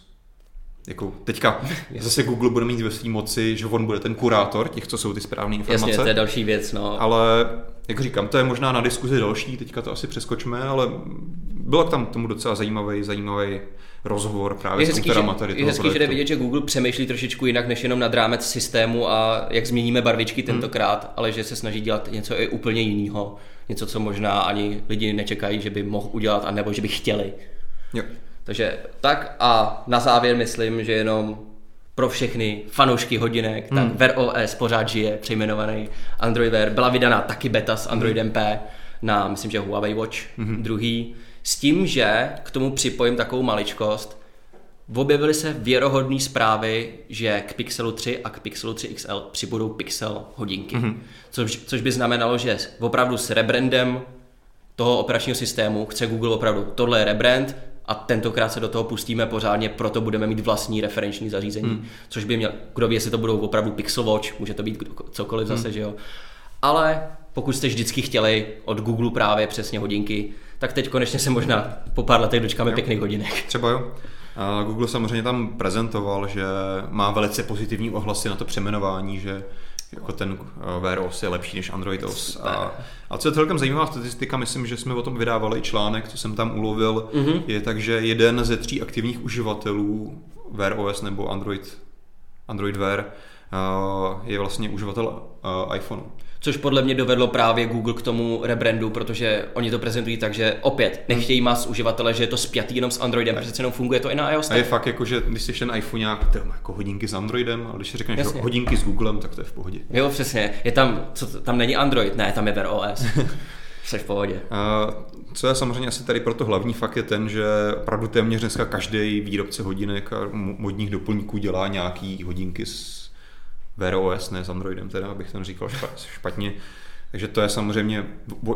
jako teďka zase Google bude mít ve své moci, že on bude ten kurátor těch, co jsou ty správné informace. Jasně, to je další věc, no. Ale jak říkám, to je možná na diskuzi další, teďka to asi přeskočme, ale bylo tam tomu docela zajímavý, zajímavý rozhovor právě je s autorama tady toho Je hezký, že jde vidět, že Google přemýšlí trošičku jinak, než jenom nad rámec systému a jak změníme barvičky tentokrát, hmm. ale že se snaží dělat něco i úplně jiného. Něco, co možná ani lidi nečekají, že by mohl udělat, anebo že by chtěli. Jo. Takže tak a na závěr myslím, že jenom pro všechny fanoušky hodinek, hmm. tak Wear O S pořád žije, přejmenovaný Android Wear. Byla vydaná taky beta s Androidem hmm. P na, myslím, že Huawei Watch hmm. druhý. S tím, že k tomu připojím takovou maličkost, objevily se věrohodné zprávy, že k Pixelu tři a k Pixelu tři X L přibudou Pixel hodinky. Mm-hmm. Což, což by znamenalo, že opravdu s rebrandem toho operačního systému chce Google opravdu, tohle je rebrand a tentokrát se do toho pustíme pořádně, proto budeme mít vlastní referenční zařízení. Mm. Což by měl, kdo ví, jestli to budou opravdu Pixel Watch, může to být cokoliv mm. zase, že jo. Ale pokud jste vždycky chtěli od Google právě přesně hodinky, tak teď konečně se možná po pár letech dočkáme jo. pěkných hodinek. Třeba jo. A Google samozřejmě tam prezentoval, že má velice pozitivní ohlasy na to přejmenování, že jako ten Wear O S je lepší než Android O S. A, a co je celkem zajímavá statistika, myslím, že jsme o tom vydávali i článek, co jsem tam ulovil, mm-hmm. je tak, že jeden ze tří aktivních uživatelů Wear O S nebo Android, Android Wear je vlastně uživatel iPhoneu. Což podle mě dovedlo právě Google k tomu rebrandu, protože oni to prezentují tak, že opět nechtějí mas uživatele, že je to spjatý jenom s Androidem, protože přece jenom funguje to i na iOS. A je fakt jako, že když jsi ten iPhone nějak, to má jako hodinky s Androidem, a když si řekneš Jasně. hodinky s Googlem, tak to je v pohodě. Jo, přesně. Je tam, co, tam není Android, ne, tam je Wear O S. Jsi v pohodě. A co je samozřejmě asi tady pro to hlavní fakt je ten, že opravdu téměř dneska každý výrobce hodinek a modních doplňků dělá nějaký hodinky s Wear O S, ne s Androidem, teda, abych to říkal špatně. Takže to je samozřejmě, uh,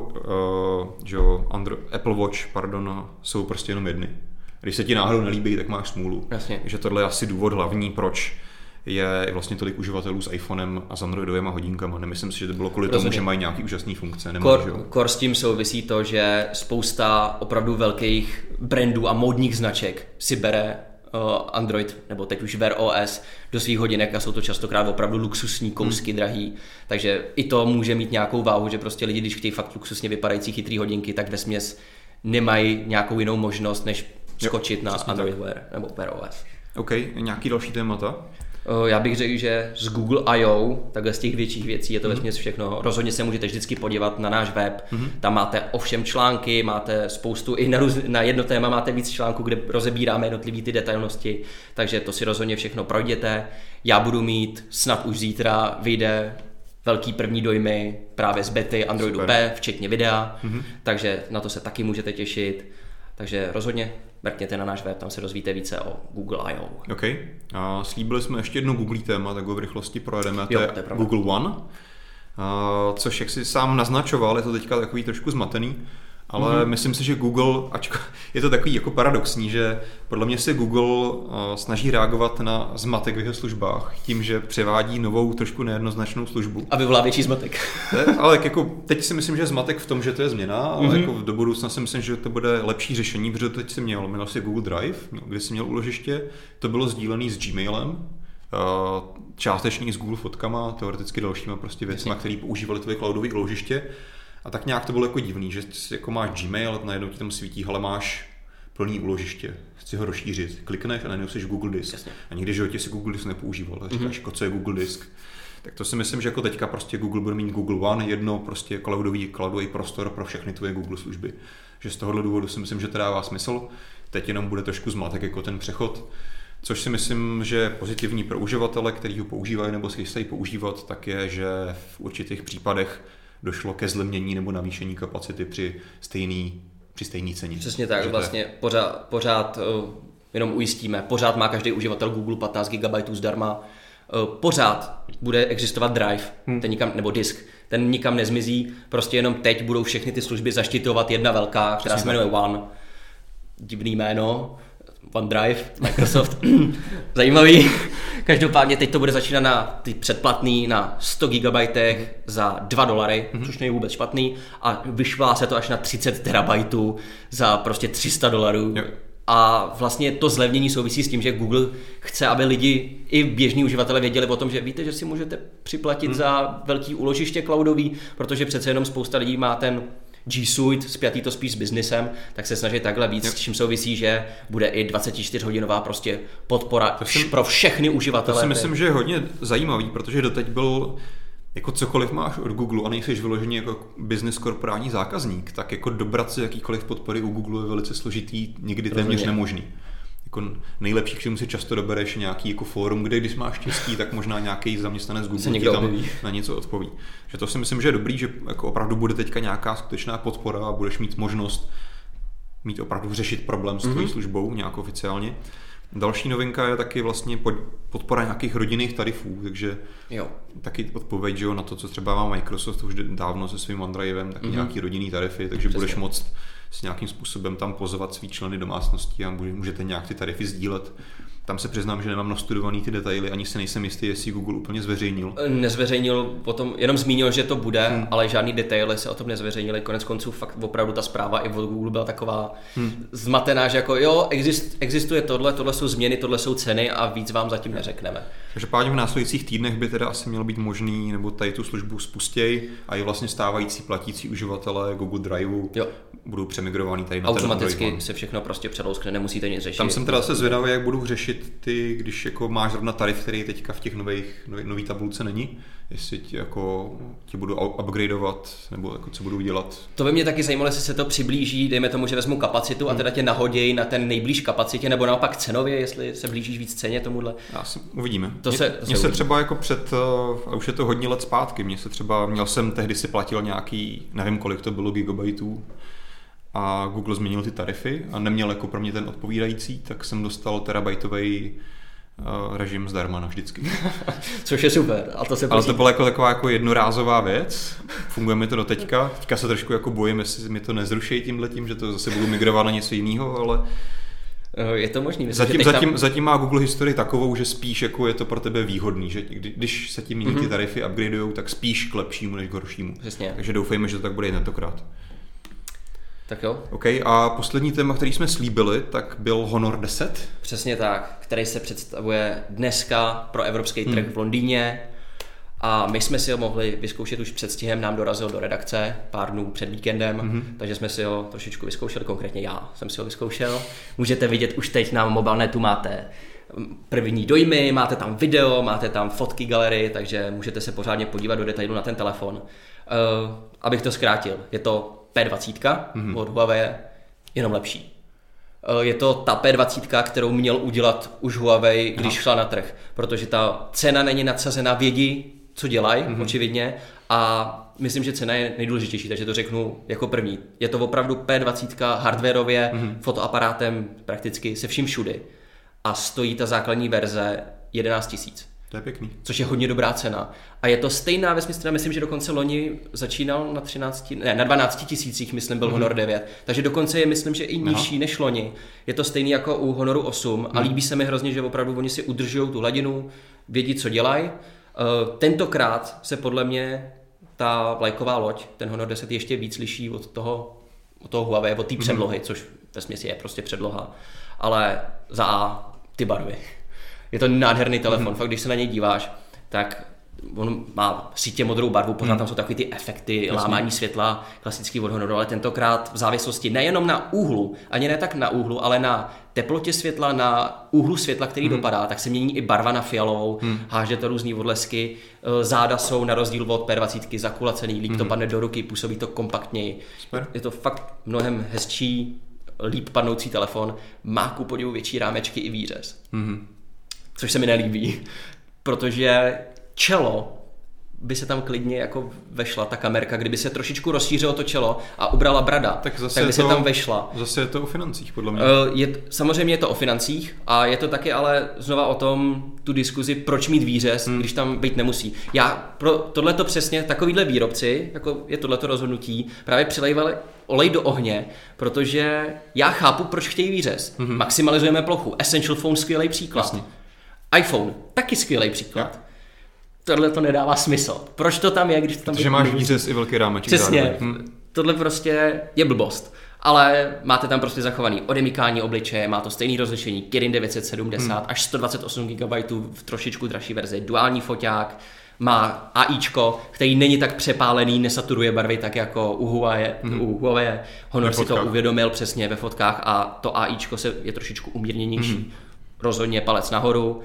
že Andro- Apple Watch, pardon, jsou prostě jenom jedny. Když se ti náhodou nelíbí, tak máš smůlu. Jasně. Takže tohle je asi důvod hlavní, proč je vlastně tolik uživatelů s iPhonem a s Androidovými hodinkama. Nemyslím si, že to bylo kvůli Rozhodně. tomu, že mají nějaký úžasný funkce. Nemají, kor, kor s tím souvisí to, že spousta opravdu velkých brandů a módních značek si bere Android, nebo teď už Wear O S do svých hodinek a jsou to častokrát opravdu luxusní kousky hmm. drahý, takže i to může mít nějakou váhu, že prostě lidi, když chtějí fakt luxusně vypadající chytrý hodinky, tak vesměs nemají nějakou jinou možnost, než skočit jo, na Android Wear nebo Wear O S. OK, nějaký další témata? Já bych řekl, že z Google I O, takhle z těch větších věcí je to mm-hmm. vesměs všechno. Rozhodně se můžete vždycky podívat na náš web, mm-hmm. tam máte ovšem články, máte spoustu, i na, růz, na jedno téma máte víc článků, kde rozebíráme jednotlivé ty detailnosti, takže to si rozhodně všechno projděte. Já budu mít, snad už zítra vyjde velký první dojmy právě z bety Androidu Super. P, včetně videa, mm-hmm. takže na to se taky můžete těšit. Takže rozhodně mrkněte na náš web, tam se dozvíte více o Google I O. OK. A slíbili jsme ještě jedno Google téma, tak ho v rychlosti projedeme, jo, to je, to je Google One. A, což jak si sám naznačoval, je to teďka takový trošku zmatený, ale mm-hmm. myslím si, že Google, ačko, je to takový jako paradoxní, že podle mě se Google uh, snaží reagovat na zmatek v jeho službách tím, že převádí novou trošku nejednoznačnou službu. A vyvolá větší zmatek. Ale jako teď si myslím, že je zmatek v tom, že to je změna, ale mm-hmm. jako do budoucna si myslím, že to bude lepší řešení, protože teď si měl, jmenoval se Google Drive, kde si měl úložiště, to bylo sdílený s Gmailem, částečně s Google fotkama, teoreticky dalšíma prostě věcma, které používali tvoje cloudové úložiště. A tak nějak to bylo jako divný, že jako máš Gmail, najednou ti tam svítí, ale máš plný úložiště, chci ho rozšířit, klikneš a najednou jsi Google Disk. Jasně. A nikdy v životě si Google Disk nepoužíval, a říkáš, mm-hmm. co je Google Disk. Tak to si myslím, že jako teďka prostě Google bude mít Google One, jedno prostě cloudový, cloudový prostor pro všechny tvoje Google služby. Že z tohohle důvodu si myslím, že to dává smysl. Teď jenom bude trošku zmatek jako ten přechod, což si myslím, že je pozitivní pro uživatele, kteří ho používají nebo si chtějí používat, tak je, že v určitých případech došlo ke zlevnění nebo navýšení kapacity při stejný, při stejné ceně. Přesně tak, že vlastně je... pořád, pořád jenom ujistíme, pořád má každý uživatel Google patnáct gigabajtů zdarma, pořád bude existovat Drive, hmm. ten nikam, nebo disk, ten nikam nezmizí, prostě jenom teď budou všechny ty služby zaštitovat jedna velká, která se jmenuje One, divný jméno, OneDrive, Microsoft, zajímavý. Každopádně teď to bude začínat na ty předplatný na sto gigabajtech za dva dolary, mm-hmm. což není vůbec špatný, a vyšvá se to až na třicet terabajtů za prostě tři sta dolarů. Jo. A vlastně to zlevnění souvisí s tím, že Google chce, aby lidi i běžní uživatelé věděli o tom, že víte, že si můžete připlatit mm. za velký úložiště cloudový, protože přece jenom spousta lidí má ten G Suite, spjatý to spíš s biznesem, tak se snaží takhle víc, s čím souvisí, že bude i dvacetičtyřhodinová prostě podpora jsem, pro všechny uživatele. To si myslím, že je hodně zajímavý, protože doteď byl jako cokoliv máš od Google a nejseš vyložený jako business korporátní zákazník, tak jako dobrat si jakýkoliv podpory u Google je velice složitý, někdy téměř nemožný. Jako nejlepší, k čemu si často dobereš nějaký jako fórum, kde když máš štěstí, tak možná nějaký zaměstnanec Google ti tam objeví. Na něco odpoví. Že to si myslím, že je dobrý, že jako opravdu bude teďka nějaká skutečná podpora a budeš mít možnost mít opravdu řešit problém s tvojí mm-hmm. službou nějak oficiálně. Další novinka je taky vlastně podpora nějakých rodinných tarifů, takže jo. taky odpověď, že jo, na to, co třeba má Microsoft už dávno se svým OneDrivem, taky mm-hmm. nějaký rodinný tarify, takže Přesně. budeš moct s nějakým způsobem tam pozvat svý členy domácností a můžete nějak ty tarify sdílet. Tam se přiznám, že nemám nastudovaný ty detaily, ani si nejsem jistý, jestli Google úplně zveřejnil. Nezveřejnil, potom jenom zmínil, že to bude, hmm. ale žádný detaily se o tom nezveřejnili. Konec konců fakt opravdu ta zpráva i od Google byla taková hmm. zmatená, že jako jo, exist, existuje tohle, tohle jsou změny, tohle jsou ceny a víc vám zatím neřekneme. Takže pádně v následujících týdnech by teda asi mělo být možný, nebo tady tu službu spustěj a i vlastně stávající platící uživatelé Google Driveu jo. budou přemigrovaný tady na automaticky ten se všechno prostě přelouskne, nemusíte nic řešit. Tam jsem teda se zvědavý, jak budou řešit ty, když jako máš zrovna tarif, který teďka v těch nových, nový, nový tabulce není, jestli ti jako ti budou upgradeovat, nebo jako co budou dělat. To by mě taky zajímalo, jestli se to přiblíží, dejme tomu, že vezmu kapacitu a teda tě nahoděj na ten nejblíž kapacitě, nebo naopak cenově, jestli se blížíš víc ceně tomuhle. Já si, uvidíme. To mě, se, to mě se, se třeba jako před, a už je to hodně let zpátky, mě se třeba, měl jsem tehdy si platil nějaký, nevím kolik to bylo gigabajtů, a Google změnil ty tarify a neměl jako pro mě ten odpovídající, tak jsem dostal terabajtový uh, režim zdarma navždycky. Což je super. A to se Ale to byla jako taková jako jednorázová věc. Funguje mi to do teďka. Teďka se trošku jako bojím, jestli mi to nezruší tímhletím, že to zase budu migrovat na něco jiného, ale je to možný. Myslím, zatím, že zatím, tam... zatím má Google historii takovou, že spíš jako je to pro tebe výhodný, že když se tím mění mm-hmm. ty tarify upgradeujou, tak spíš k lepšímu než k horšímu. Přesně. Takže doufejme, že to tak bude i tentokrát. Tak jo. OK, a poslední téma, který jsme slíbili, tak byl Honor deset. Přesně tak, který se představuje dneska pro evropský trh hmm. v Londýně a my jsme si ho mohli vyzkoušet už před stihem, nám dorazil do redakce pár dnů před víkendem, hmm. takže jsme si ho trošičku vyzkoušeli, konkrétně já jsem si ho vyzkoušel. Můžete vidět už teď na Mobilnetu máte první dojmy, máte tam video, máte tam fotky, galerii, takže můžete se pořádně podívat do detailu na ten telefon. Uh, abych to zkrátil, je to P dvacet mm-hmm. od Huawei, jenom lepší. Je to ta P dvacet, kterou měl udělat už Huawei, když Aha. šla na trh, protože ta cena není nadsazená, vědí, co dělají, mm-hmm. očividně, a myslím, že cena je nejdůležitější, takže to řeknu jako první. Je to opravdu P dvacet hardwarově, mm-hmm. fotoaparátem prakticky se vším všudy a stojí ta základní verze jedenáct tisíc. To je pěkný. Což je hodně dobrá cena. A je to stejná ve smyslu, myslím, že dokonce loni začínal na třinácti, ne, na dvanácti tisících, myslím, byl mm-hmm. Honor devět. Takže dokonce je, myslím, že i nižší Aha. než loni. Je to stejný jako u Honoru osm mm. a líbí se mi hrozně, že opravdu oni si udržují tu hladinu, vědí, co dělají. Uh, tentokrát se podle mě ta vlajková loď, ten Honor deset ještě víc liší od toho, od toho Huawei, od té mm. předlohy, což ve směsi je prostě předloha. Ale za A ty barvy. Je to nádherný telefon, mm-hmm. fakt když se na něj díváš, tak on má sítě modrou barvu, pořád mm. tam jsou takový ty efekty, Jasně. lámání světla, klasický od Honoru, ale tentokrát v závislosti nejenom na úhlu, ani ne tak na úhlu, ale na teplotě světla, na úhlu světla, který mm. dopadá, tak se mění i barva na fialovou, mm. háže to různý odlesky, záda jsou na rozdíl od P dvacet zakulacený, líp mm. to padne do ruky, působí to kompaktněji. Super. Je to fakt mnohem hezčí, líp padnoucí telefon, má ku podivu větší rámečky i výřez. Mm. Což se mi nelíbí, protože čelo by se tam klidně jako vešla, ta kamerka, kdyby se trošičku rozšířilo to čelo a ubrala brada, tak, zase tak by se to, tam vešla. Zase je to o financích, podle mě. Je, samozřejmě je to o financích a je to taky ale znova o tom, tu diskuzi, proč mít výřez, hmm. když tam být nemusí. Já pro tohleto přesně, takovýhle výrobci, jako je tohleto rozhodnutí, právě přilejvali olej do ohně, protože já chápu, proč chtějí výřez. Hmm. Maximalizujeme plochu. Essential Phone, skvělý příklad. Jasně. iPhone, taky skvělý příklad. Ja. Tohle to nedává smysl. Proč to tam je, když to tam... Protože máš výřez i velký rámeček. Přesně. Hm. Tohle prostě je blbost. Ale máte tam prostě zachovaný odemykání obličeje, má to stejný rozlišení, Kirin devět set sedmdesát hmm. až sto dvacet osm gigabajtů v trošičku dražší verzi, duální foťák, má AIčko, který není tak přepálený, nesaturuje barvy tak jako u Huawei. Hmm. U Huawei. Honor si to uvědomil přesně ve fotkách a to AIčko se je trošičku umírněnější. Hmm. Rozhodně palec nahoru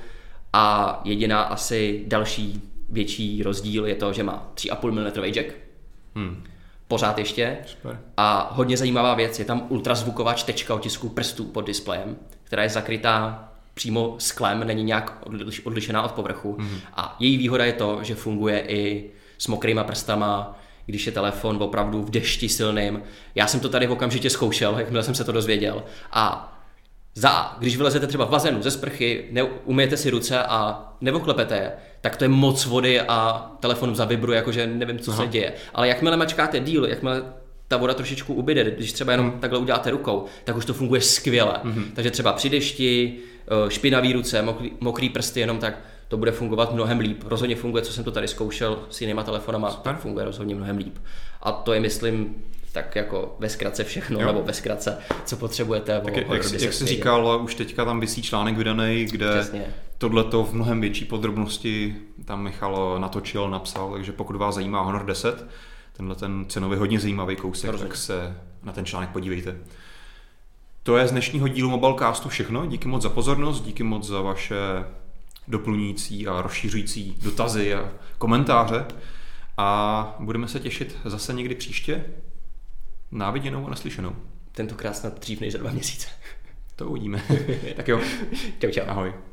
a jediná asi další větší rozdíl je to, že má tři a půl milimetrový jack. Hmm. Pořád ještě. Super. A hodně zajímavá věc, je tam ultrazvuková čtečka otisků prstů pod displejem, která je zakrytá přímo sklem, není nějak odlišená od povrchu. Hmm. A její výhoda je to, že funguje i s mokrýma prstama, když je telefon opravdu v dešti silným. Já jsem to tady okamžitě zkoušel, jakmile jsem se to dozvěděl. A za, když vylezete třeba v bazénu ze sprchy, neumyjete si ruce a neoklepete je, tak to je moc vody a telefon zavibruje, jakože nevím, co Aha. se děje. Ale jakmile mačkáte díl, jakmile ta voda trošičku ubyde, když třeba jenom mm. takhle uděláte rukou, tak už to funguje skvěle. Mm-hmm. Takže třeba při dešti, špinavý ruce, mokrý, mokrý prsty, jenom tak to bude fungovat mnohem líp. Rozhodně funguje, co jsem to tady zkoušel s jinýma telefonama, tak funguje rozhodně mnohem líp. A to je, myslím, tak jako ve zkratce všechno, jo. nebo ve zkratce, co potřebujete. Tak o, jak, jak jsi říkal, už teďka tam visí článek vydaný, kde tohleto v mnohem větší podrobnosti tam Michal natočil, napsal, takže pokud vás zajímá Honor deset, tenhle ten cenově hodně zajímavý kousek, rozhodně. Tak se na ten článek podívejte. To je z dnešního dílu Mobilecastu všechno. Díky moc za pozornost, díky moc za vaše doplňující a rozšířující dotazy a komentáře. A budeme se těšit zase někdy příště. Na viděnou a naslyšenou. Tentokrát snad dřív než za dva měsíce. To uvidíme. Tak jo. Čau, čau. Ahoj.